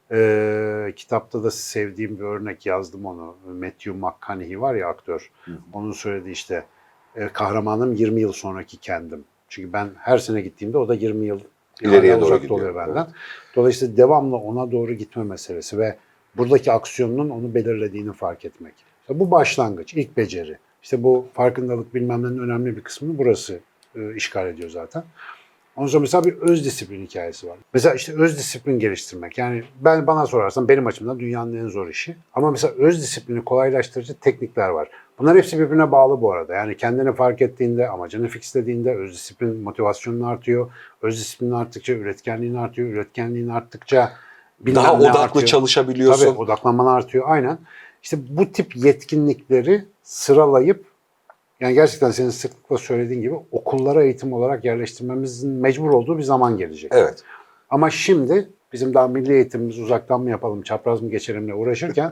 Ee, kitapta da sevdiğim bir örnek yazdım onu. Matthew McConaughey var ya aktör.
Hı hı.
Onun söylediği işte e, kahramanım yirmi yıl sonraki kendim. Çünkü ben her sene gittiğimde o da yirmi yıl
İleriye
hala
doğru
uzakta
gidiyor,
oluyor benden.
evet.
Dolayısıyla devamlı ona doğru gitme meselesi ve buradaki aksiyonun onu belirlediğini fark etmek. İşte bu başlangıç, ilk beceri. İşte bu farkındalık bilmem nenin önemli bir kısmını burası e, işgal ediyor zaten. Ondan sonra mesela bir öz disiplin hikayesi var. Mesela işte öz disiplin geliştirmek. Yani ben bana sorarsan benim açımdan dünyanın en zor işi. Ama mesela öz disiplini kolaylaştırıcı teknikler var. Bunlar hepsi birbirine bağlı bu arada. Yani kendini fark ettiğinde, amacını fixlediğinde öz disiplin motivasyonun artıyor. Öz disiplin arttıkça üretkenliğin artıyor. Üretkenliğin arttıkça bilmem
Daha
ne
odaklı
artıyor.
çalışabiliyorsun.
Tabii odaklanman artıyor aynen. İşte bu tip yetkinlikleri sıralayıp yani gerçekten senin sıklıkla söylediğin gibi okullara eğitim olarak yerleştirmemizin mecbur olduğu bir zaman gelecek.
Evet.
Ama şimdi bizim daha milli eğitimimiz uzaktan mı yapalım, çapraz mı geçelimle uğraşırken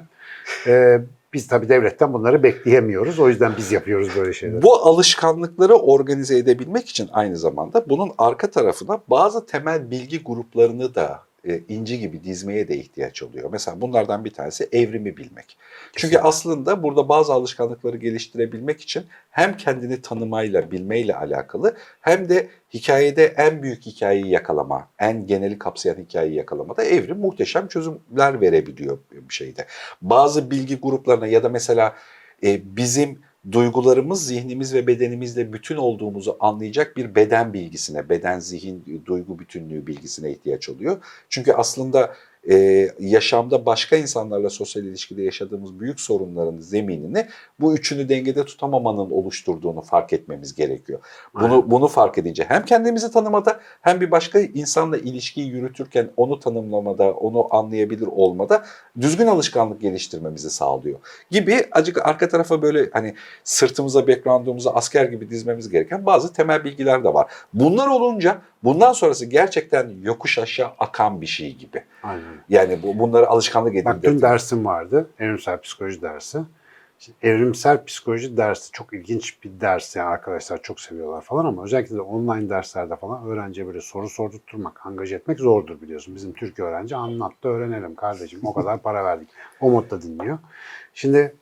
e, biz tabii devletten bunları bekleyemiyoruz. O yüzden biz yapıyoruz böyle şeyleri.
Bu alışkanlıkları organize edebilmek için aynı zamanda bunun arka tarafına bazı temel bilgi gruplarını da e, inci gibi dizmeye de ihtiyaç oluyor. Mesela bunlardan bir tanesi evrimi bilmek. Çünkü
Kesinlikle.
aslında burada bazı alışkanlıkları geliştirebilmek için hem kendini tanımayla, bilmeyle alakalı hem de hikayede en büyük hikayeyi yakalama, en geneli kapsayan hikayeyi yakalamada evrim muhteşem çözümler verebiliyor bir şeyde. Bazı bilgi gruplarına ya da mesela e, bizim duygularımız, zihnimiz ve bedenimizle bütün olduğumuzu anlayacak bir beden bilgisine, beden, zihin, duygu bütünlüğü bilgisine ihtiyaç oluyor. Çünkü aslında e, yaşamda başka insanlarla sosyal ilişkide yaşadığımız büyük sorunların zeminini bu üçünü dengede tutamamanın oluşturduğunu fark etmemiz gerekiyor. Bunu
Aynen.
bunu fark edince hem kendimizi tanımada hem bir başka insanla ilişkiyi yürütürken onu tanımlamada, onu anlayabilir olmada düzgün alışkanlık geliştirmemizi sağlıyor gibi acık arka tarafa böyle hani sırtımıza, background'umuza asker gibi dizmemiz gereken bazı temel bilgiler de var. Bunlar olunca bundan sonrası gerçekten yokuş aşağı akan bir şey gibi.
Aynen.
Yani bu, bunları alışkanlık edin.
Bak dün dersim vardı, evrimsel psikoloji dersi. Şimdi evrimsel psikoloji dersi çok ilginç bir ders yani arkadaşlar çok seviyorlar falan ama özellikle de online derslerde falan öğrenciye böyle soru sordurtturmak, angaje etmek zordur biliyorsun. Bizim Türk öğrenci anlat da öğrenelim kardeşim o kadar para verdik. O modda dinliyor. Şimdi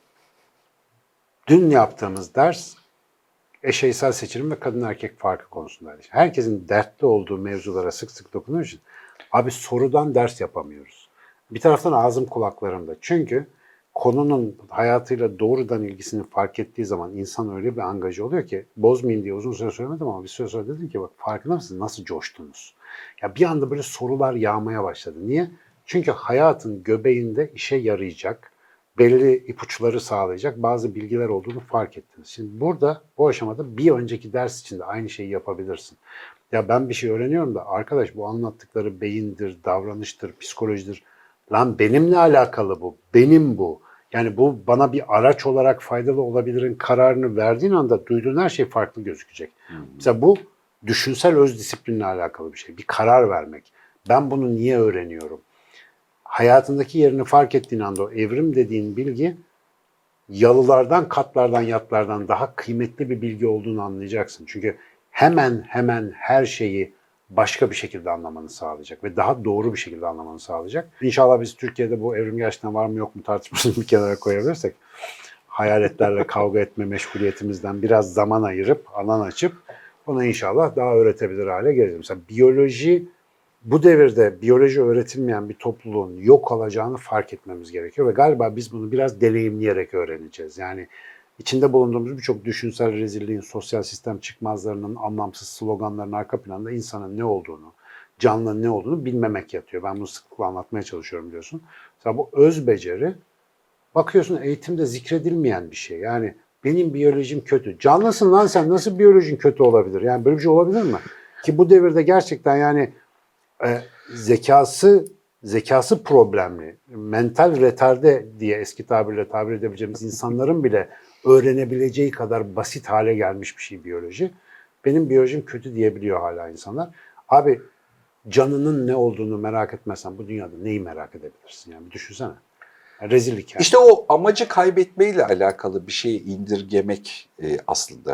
dün yaptığımız ders eşeysel seçilim ve kadın erkek farkı konusundaydı. Herkesin dertli olduğu mevzulara sık sık dokunuyor için abi sorudan ders yapamıyoruz. Bir taraftan ağzım kulaklarımda. Çünkü konunun hayatıyla doğrudan ilgisini fark ettiği zaman insan öyle bir angaje oluyor ki bozmayayım diye uzun süre söylemedim ama bir süre sonra dedim ki bak farkında mısınız nasıl coştunuz? Ya bir anda böyle sorular yağmaya başladı. Niye? Çünkü hayatın göbeğinde işe yarayacak, belli ipuçları sağlayacak bazı bilgiler olduğunu fark ettiniz. Şimdi burada bu aşamada bir önceki ders için de aynı şeyi yapabilirsin. Ya ben bir şey öğreniyorum da arkadaş bu anlattıkları beyindir, davranıştır, psikolojidir. Lan benimle alakalı bu, benim bu. Yani bu bana bir araç olarak faydalı olabilirin kararını verdiğin anda duyduğun her şey farklı gözükecek. Hmm. Mesela bu düşünsel öz disiplinle alakalı bir şey. Bir karar vermek. Ben bunu niye öğreniyorum? Hayatındaki yerini fark ettiğin anda o evrim dediğin bilgi yalılardan, katlardan, yatlardan daha kıymetli bir bilgi olduğunu anlayacaksın. Çünkü hemen hemen her şeyi başka bir şekilde anlamanı sağlayacak ve daha doğru bir şekilde anlamanı sağlayacak. İnşallah biz Türkiye'de bu evrim gerçekten var mı yok mu tartışmasını bir kenara koyabilirsek hayaletlerle kavga etme meşguliyetimizden biraz zaman ayırıp, alan açıp bunu inşallah daha öğretebilir hale geleceğiz. Mesela biyoloji bu devirde biyoloji öğretilmeyen bir topluluğun yok olacağını fark etmemiz gerekiyor ve galiba biz bunu biraz deneyimleyerek öğreneceğiz. Yani içinde bulunduğumuz birçok düşünsel rezilliğin, sosyal sistem çıkmazlarının, anlamsız sloganların arka planında insanın ne olduğunu, canlının ne olduğunu bilmemek yatıyor. Ben bunu sıklıkla anlatmaya çalışıyorum biliyorsun. Mesela bu öz beceri, bakıyorsun eğitimde zikredilmeyen bir şey. Yani benim biyolojim kötü. Canlısın lan sen, nasıl biyolojin kötü olabilir? Yani böyle bir şey olabilir mi? Ki bu devirde gerçekten yani e, zekası zekası problemli, mental retarde diye eski tabirle tabir edebileceğimiz insanların bile öğrenebileceği kadar basit hale gelmiş bir şey biyoloji. Benim biyolojim kötü diyebiliyor hala insanlar. Abi canının ne olduğunu merak etmezsen bu dünyada neyi merak edebilirsin? Yani düşünsene. Yani rezillik yani.
İşte o amacı kaybetmeyle alakalı bir şeyi indirgemek e, aslında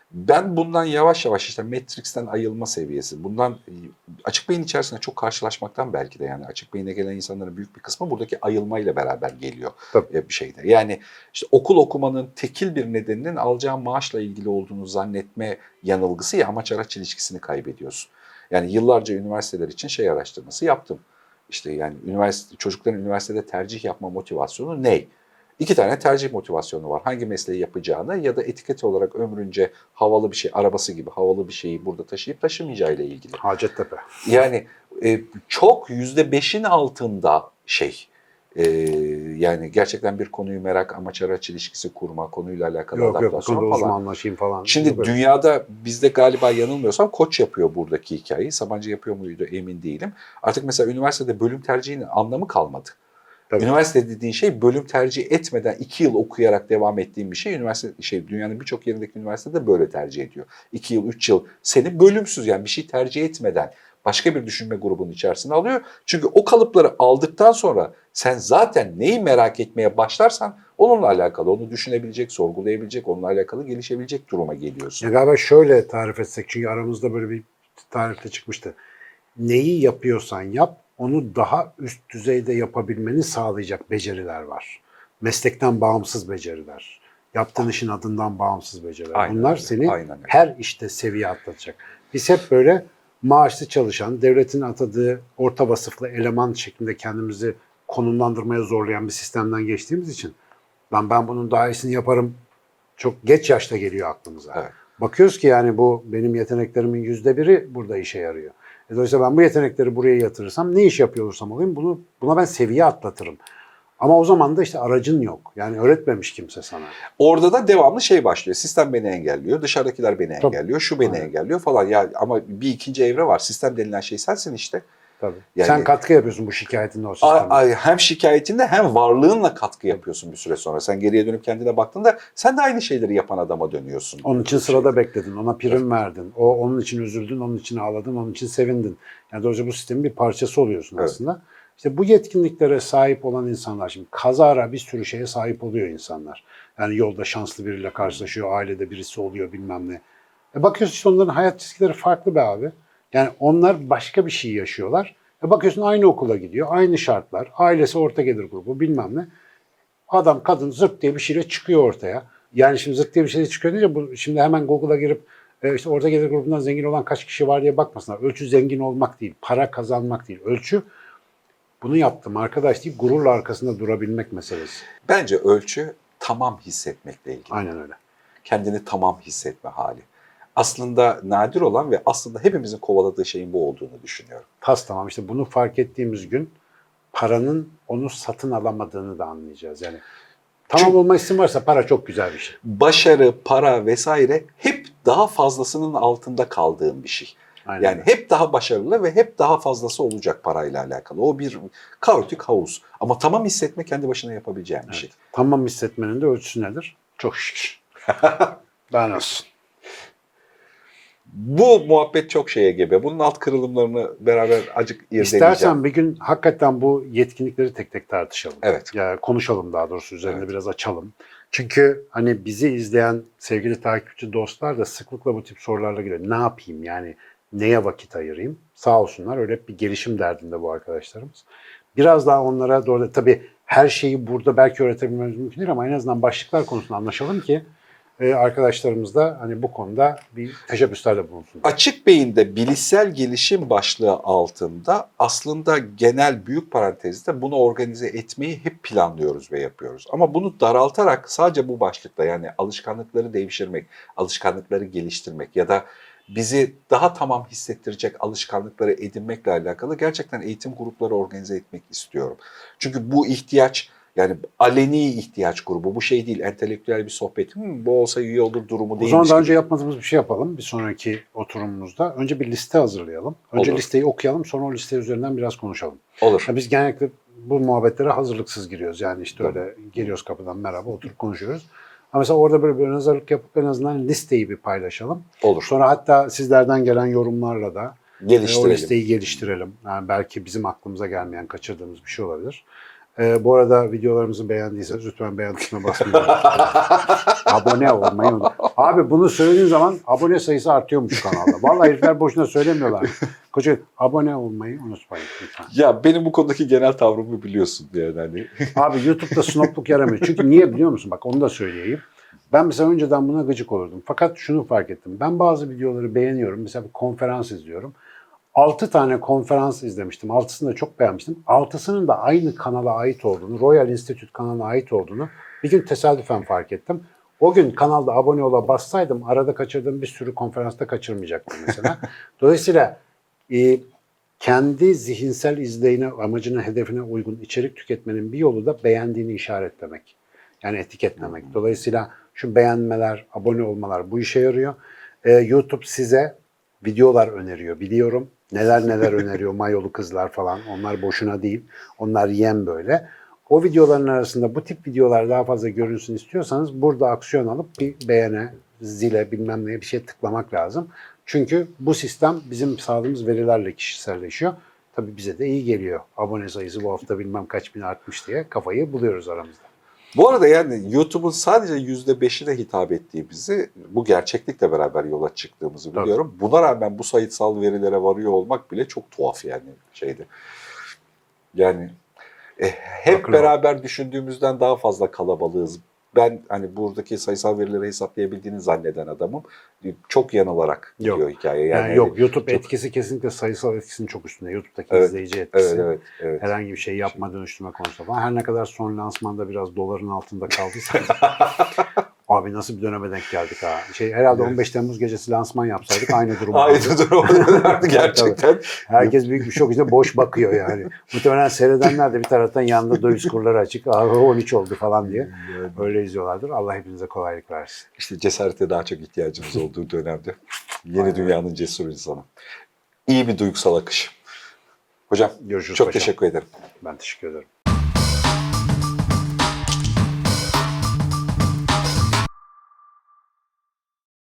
Ben bundan yavaş yavaş işte Matrix'ten ayılma seviyesi, bundan açık beyin içerisinde çok karşılaşmaktan belki de yani açık beyine gelen insanların büyük bir kısmı buradaki ayılmayla beraber geliyor
Tabii.
bir şeyde. Yani işte okul okumanın tekil bir nedeninin alacağın maaşla ilgili olduğunu zannetme yanılgısı ya amaç araç ilişkisini kaybediyorsun. Yani yıllarca üniversiteler için şey araştırması yaptım. İşte yani üniversite çocukların üniversitede tercih yapma motivasyonu ne? İki tane tercih motivasyonu var. Hangi mesleği yapacağını ya da etiket olarak ömrünce havalı bir şey, arabası gibi havalı bir şeyi burada taşıyıp taşımayacağıyla ilgili.
Hacettepe.
Yani e, çok yüzde beşin altında şey. E, yani gerçekten bir konuyu merak, amaç araç ilişkisi kurma, konuyla alakalı
Yok yok bu
adaptasyon
konuda
falan.
uzmanlaşayım falan.
Şimdi
Yok öyle.
dünyada bizde galiba yanılmıyorsam Koç yapıyor buradaki hikayeyi. Sabancı yapıyor muydu emin değilim. Artık mesela üniversitede bölüm tercihinin anlamı kalmadı.
Tabii.
Üniversite dediğin şey bölüm tercih etmeden iki yıl okuyarak devam ettiğin bir şey. Üniversite şey dünyanın birçok yerindeki üniversitede böyle tercih ediyor. iki yıl, üç yıl seni bölümsüz yani bir şey tercih etmeden başka bir düşünme grubunun içerisine alıyor. Çünkü o kalıpları aldıktan sonra sen zaten neyi merak etmeye başlarsan onunla alakalı, onu düşünebilecek, sorgulayabilecek, onunla alakalı gelişebilecek duruma geliyorsun.
Ya galiba şöyle tarif etsek çünkü aramızda böyle bir tarifte çıkmıştı. Neyi yapıyorsan yap, onu daha üst düzeyde yapabilmeni sağlayacak beceriler var. Meslekten bağımsız beceriler. Yaptığın işin adından bağımsız beceriler.
Aynen
Bunlar
öyle,
seni
aynen öyle.
her işte seviye atlatacak. Biz hep böyle maaşlı çalışan, devletin atadığı orta vasıflı eleman şeklinde kendimizi konumlandırmaya zorlayan bir sistemden geçtiğimiz için ben ben bunun daha iyisini yaparım çok geç yaşta geliyor aklımıza.
Evet.
Bakıyoruz ki yani bu benim yeteneklerimin yüzde biri burada işe yarıyor. E dolayısıyla ben bu yetenekleri buraya yatırırsam ne iş yapıyor olursam olayım bunu buna ben seviye atlatırım. Ama o zaman da işte aracın yok. Yani öğretmemiş kimse sana.
Orada da devamlı şey başlıyor. Sistem beni engelliyor, dışarıdakiler beni
Tabii.
engelliyor, şu beni
Aynen.
engelliyor falan. Ya ama bir ikinci evre var. Sistem denilen şey sensin işte.
Tabii.
Yani-
Sen katkı yapıyorsun bu şikayetinle o
A-
sisteme.
a- hem şikayetinde hem varlığınla katkı yapıyorsun bir süre sonra. Sen geriye dönüp kendine baktığında sen de aynı şeyleri yapan adama dönüyorsun.
Onun için sırada bekledin, ona prim verdin. O onun için üzüldün, onun için ağladın, onun için sevindin. Yani dolayısıyla bu sistemin bir parçası oluyorsun
Evet.
aslında. İşte bu yetkinliklere sahip olan insanlar, şimdi kazara bir sürü şeye sahip oluyor insanlar. Yani yolda şanslı biriyle karşılaşıyor, ailede birisi oluyor bilmem ne. E bakıyorsun işte onların hayat çizgileri farklı be abi. Yani onlar başka bir şey yaşıyorlar. E bakıyorsun aynı okula gidiyor, aynı şartlar, ailesi orta gelir grubu bilmem ne. Adam kadın zırt diye bir şeyle çıkıyor ortaya. Yani şimdi zırt diye bir şeyle çıkıyor deyince bu şimdi hemen Google'a girip e, işte orta gelir grubundan zengin olan kaç kişi var diye bakmasınlar. Ölçü zengin olmak değil, para kazanmak değil. Ölçü bunu yaptım arkadaş deyip gururla arkasında durabilmek meselesi.
Bence ölçü tamam hissetmekle ilgili.
Aynen öyle.
Kendini tamam hissetme hali. Aslında nadir olan ve aslında hepimizin kovaladığı şeyin bu olduğunu düşünüyorum.
Tas tamam işte bunu fark ettiğimiz gün paranın onu satın alamadığını da anlayacağız. Yani tamam
Çünkü-
olma isim varsa para çok güzel bir şey.
Başarı, para vesaire hep daha fazlasının altında kaldığın bir şey.
Aynen
Yani
öyle.
hep daha başarılı ve hep daha fazlası olacak parayla alakalı. O bir kaotik havuz. Ama tamam hissetme kendi başına yapabileceğin bir şey.
Tamam hissetmenin de ölçüsü nedir? Çok şükür. Ben olsun.
Bu muhabbet çok şeye gebe. Bunun alt kırılımlarını beraber acık irdeleyeceğim.
İstersen bir gün hakikaten bu yetkinlikleri tek tek tartışalım.
Evet.
Ya konuşalım daha doğrusu üzerine
Evet.
biraz açalım. Çünkü hani bizi izleyen sevgili takipçi dostlar da sıklıkla bu tip sorularla geliyor. Ne yapayım yani neye vakit ayırayım? Sağ olsunlar öyle hep bir gelişim derdinde bu arkadaşlarımız. Biraz daha onlara doğru tabii her şeyi burada belki öğretebilmemiz mümkün değil ama en azından başlıklar konusunda anlaşalım ki e, arkadaşlarımız da hani bu konuda bir teşebbüslerde bulunsun.
Açık beyinde bilişsel gelişim başlığı altında aslında genel büyük parantezde bunu organize etmeyi hep planlıyoruz ve yapıyoruz. Ama bunu daraltarak sadece bu başlıkla yani alışkanlıkları devşirmek, alışkanlıkları geliştirmek ya da bizi daha tamam hissettirecek alışkanlıkları edinmekle alakalı gerçekten eğitim grupları organize etmek istiyorum. Çünkü bu ihtiyaç yani aleni ihtiyaç grubu bu şey değil entelektüel bir sohbet. Hmm, bu olsa iyi olur durumu
O
değilmiş
zaman daha
gibi.
önce yapmadığımız bir şey yapalım. Bir sonraki oturumumuzda. Önce bir liste hazırlayalım. Önce
Olur.
listeyi okuyalım. Sonra o liste üzerinden biraz konuşalım.
Olur.
Ya biz genellikle bu muhabbetlere hazırlıksız giriyoruz. Yani işte
Tamam.
öyle geliyoruz kapıdan merhaba oturup konuşuyoruz. Ama mesela orada böyle bir ön hazırlık yapıp en azından listeyi bir paylaşalım.
Olur.
Sonra hatta sizlerden gelen yorumlarla da e, o
Geliştirelim.
listeyi geliştirelim. Yani belki bizim aklımıza gelmeyen, kaçırdığımız bir şey olabilir. Ee, bu arada videolarımızı beğendiyseniz lütfen beğen tuşuna basmayın. Abone olmayı unutmayın. Abi bunu söylediğin zaman abone sayısı artıyormuş kanalda. Vallahi herifler boşuna söylemiyorlar. Koca abone olmayı unutmayın lütfen.
Ya benim bu konudaki genel tavrımı biliyorsun yani hani.
Abi YouTube'da snopluk yaramıyor. Çünkü niye biliyor musun? Bak onu da söyleyeyim. Ben mesela önceden buna gıcık olurdum. Fakat şunu fark ettim. Ben bazı videoları beğeniyorum. Mesela bir konferans izliyorum. altı tane konferans izlemiştim. altısını da çok beğenmiştim. altısının da aynı kanala ait olduğunu, Royal Institute kanalına ait olduğunu bir gün tesadüfen fark ettim. O gün kanalda abone ola bassaydım arada kaçırdığım bir sürü konferansta kaçırmayacaktım mesela. Dolayısıyla e, kendi zihinsel izleyine, amacına, hedefine uygun içerik tüketmenin bir yolu da beğendiğini işaretlemek. Yani etiketlemek. Dolayısıyla şu beğenmeler, abone olmalar bu işe yarıyor. Ee, YouTube size videolar öneriyor biliyorum. Neler neler öneriyor, mayolu kızlar falan. Onlar boşuna değil. Onlar yem böyle. O videoların arasında bu tip videolar daha fazla görünsün istiyorsanız burada aksiyon alıp bir beğene, zile bilmem neye bir şey tıklamak lazım. Çünkü bu sistem bizim sağladığımız verilerle kişiselleşiyor. Tabii bize de iyi geliyor. Abone sayısı bu hafta bilmem kaç bin artmış diye kafayı buluyoruz aramızda.
Bu arada yani YouTube'un sadece yüzde beşine hitap ettiğimizi, bu gerçeklikle beraber yola çıktığımızı
Tabii.
biliyorum. Buna rağmen bu sayısal verilere varıyor olmak bile çok tuhaf yani şeydi. Yani e, hep
Haklı.
beraber düşündüğümüzden daha fazla kalabalığız. Ben hani buradaki sayısal verileri hesaplayabildiğini zanneden adamım. Çok yanılarak gidiyor
Yok.
hikaye.
Yani,
Yani,
yok YouTube
çok-
etkisi kesinlikle sayısal etkisinin çok üstünde. YouTube'daki
Evet,
izleyici etkisi.
Evet, evet, evet.
Herhangi bir şey yapma dönüştürme konusunda falan. Her ne kadar son lansmanda biraz doların altında kaldıysa. Abi nasıl bir döneme denk geldik ha. Şey, herhalde on beş Temmuz gecesi lansman yapsaydık aynı durum.
Aynı
olurdu.
durum dönerdi gerçekten.
Herkes büyük bir şok içinde boş bakıyor yani. Muhtemelen seyredenler de bir taraftan yanında döviz kurları açık. Aa, on üç oldu falan diye. Öyle izliyorlardır. Allah hepinize kolaylık versin.
İşte cesarete daha çok ihtiyacımız olduğu dönemde. Yeni
Aynen.
dünyanın cesur insanı. İyi bir duygusal akış. Hocam
Görüşürüz
çok
paşam.
teşekkür ederim.
Ben teşekkür ederim.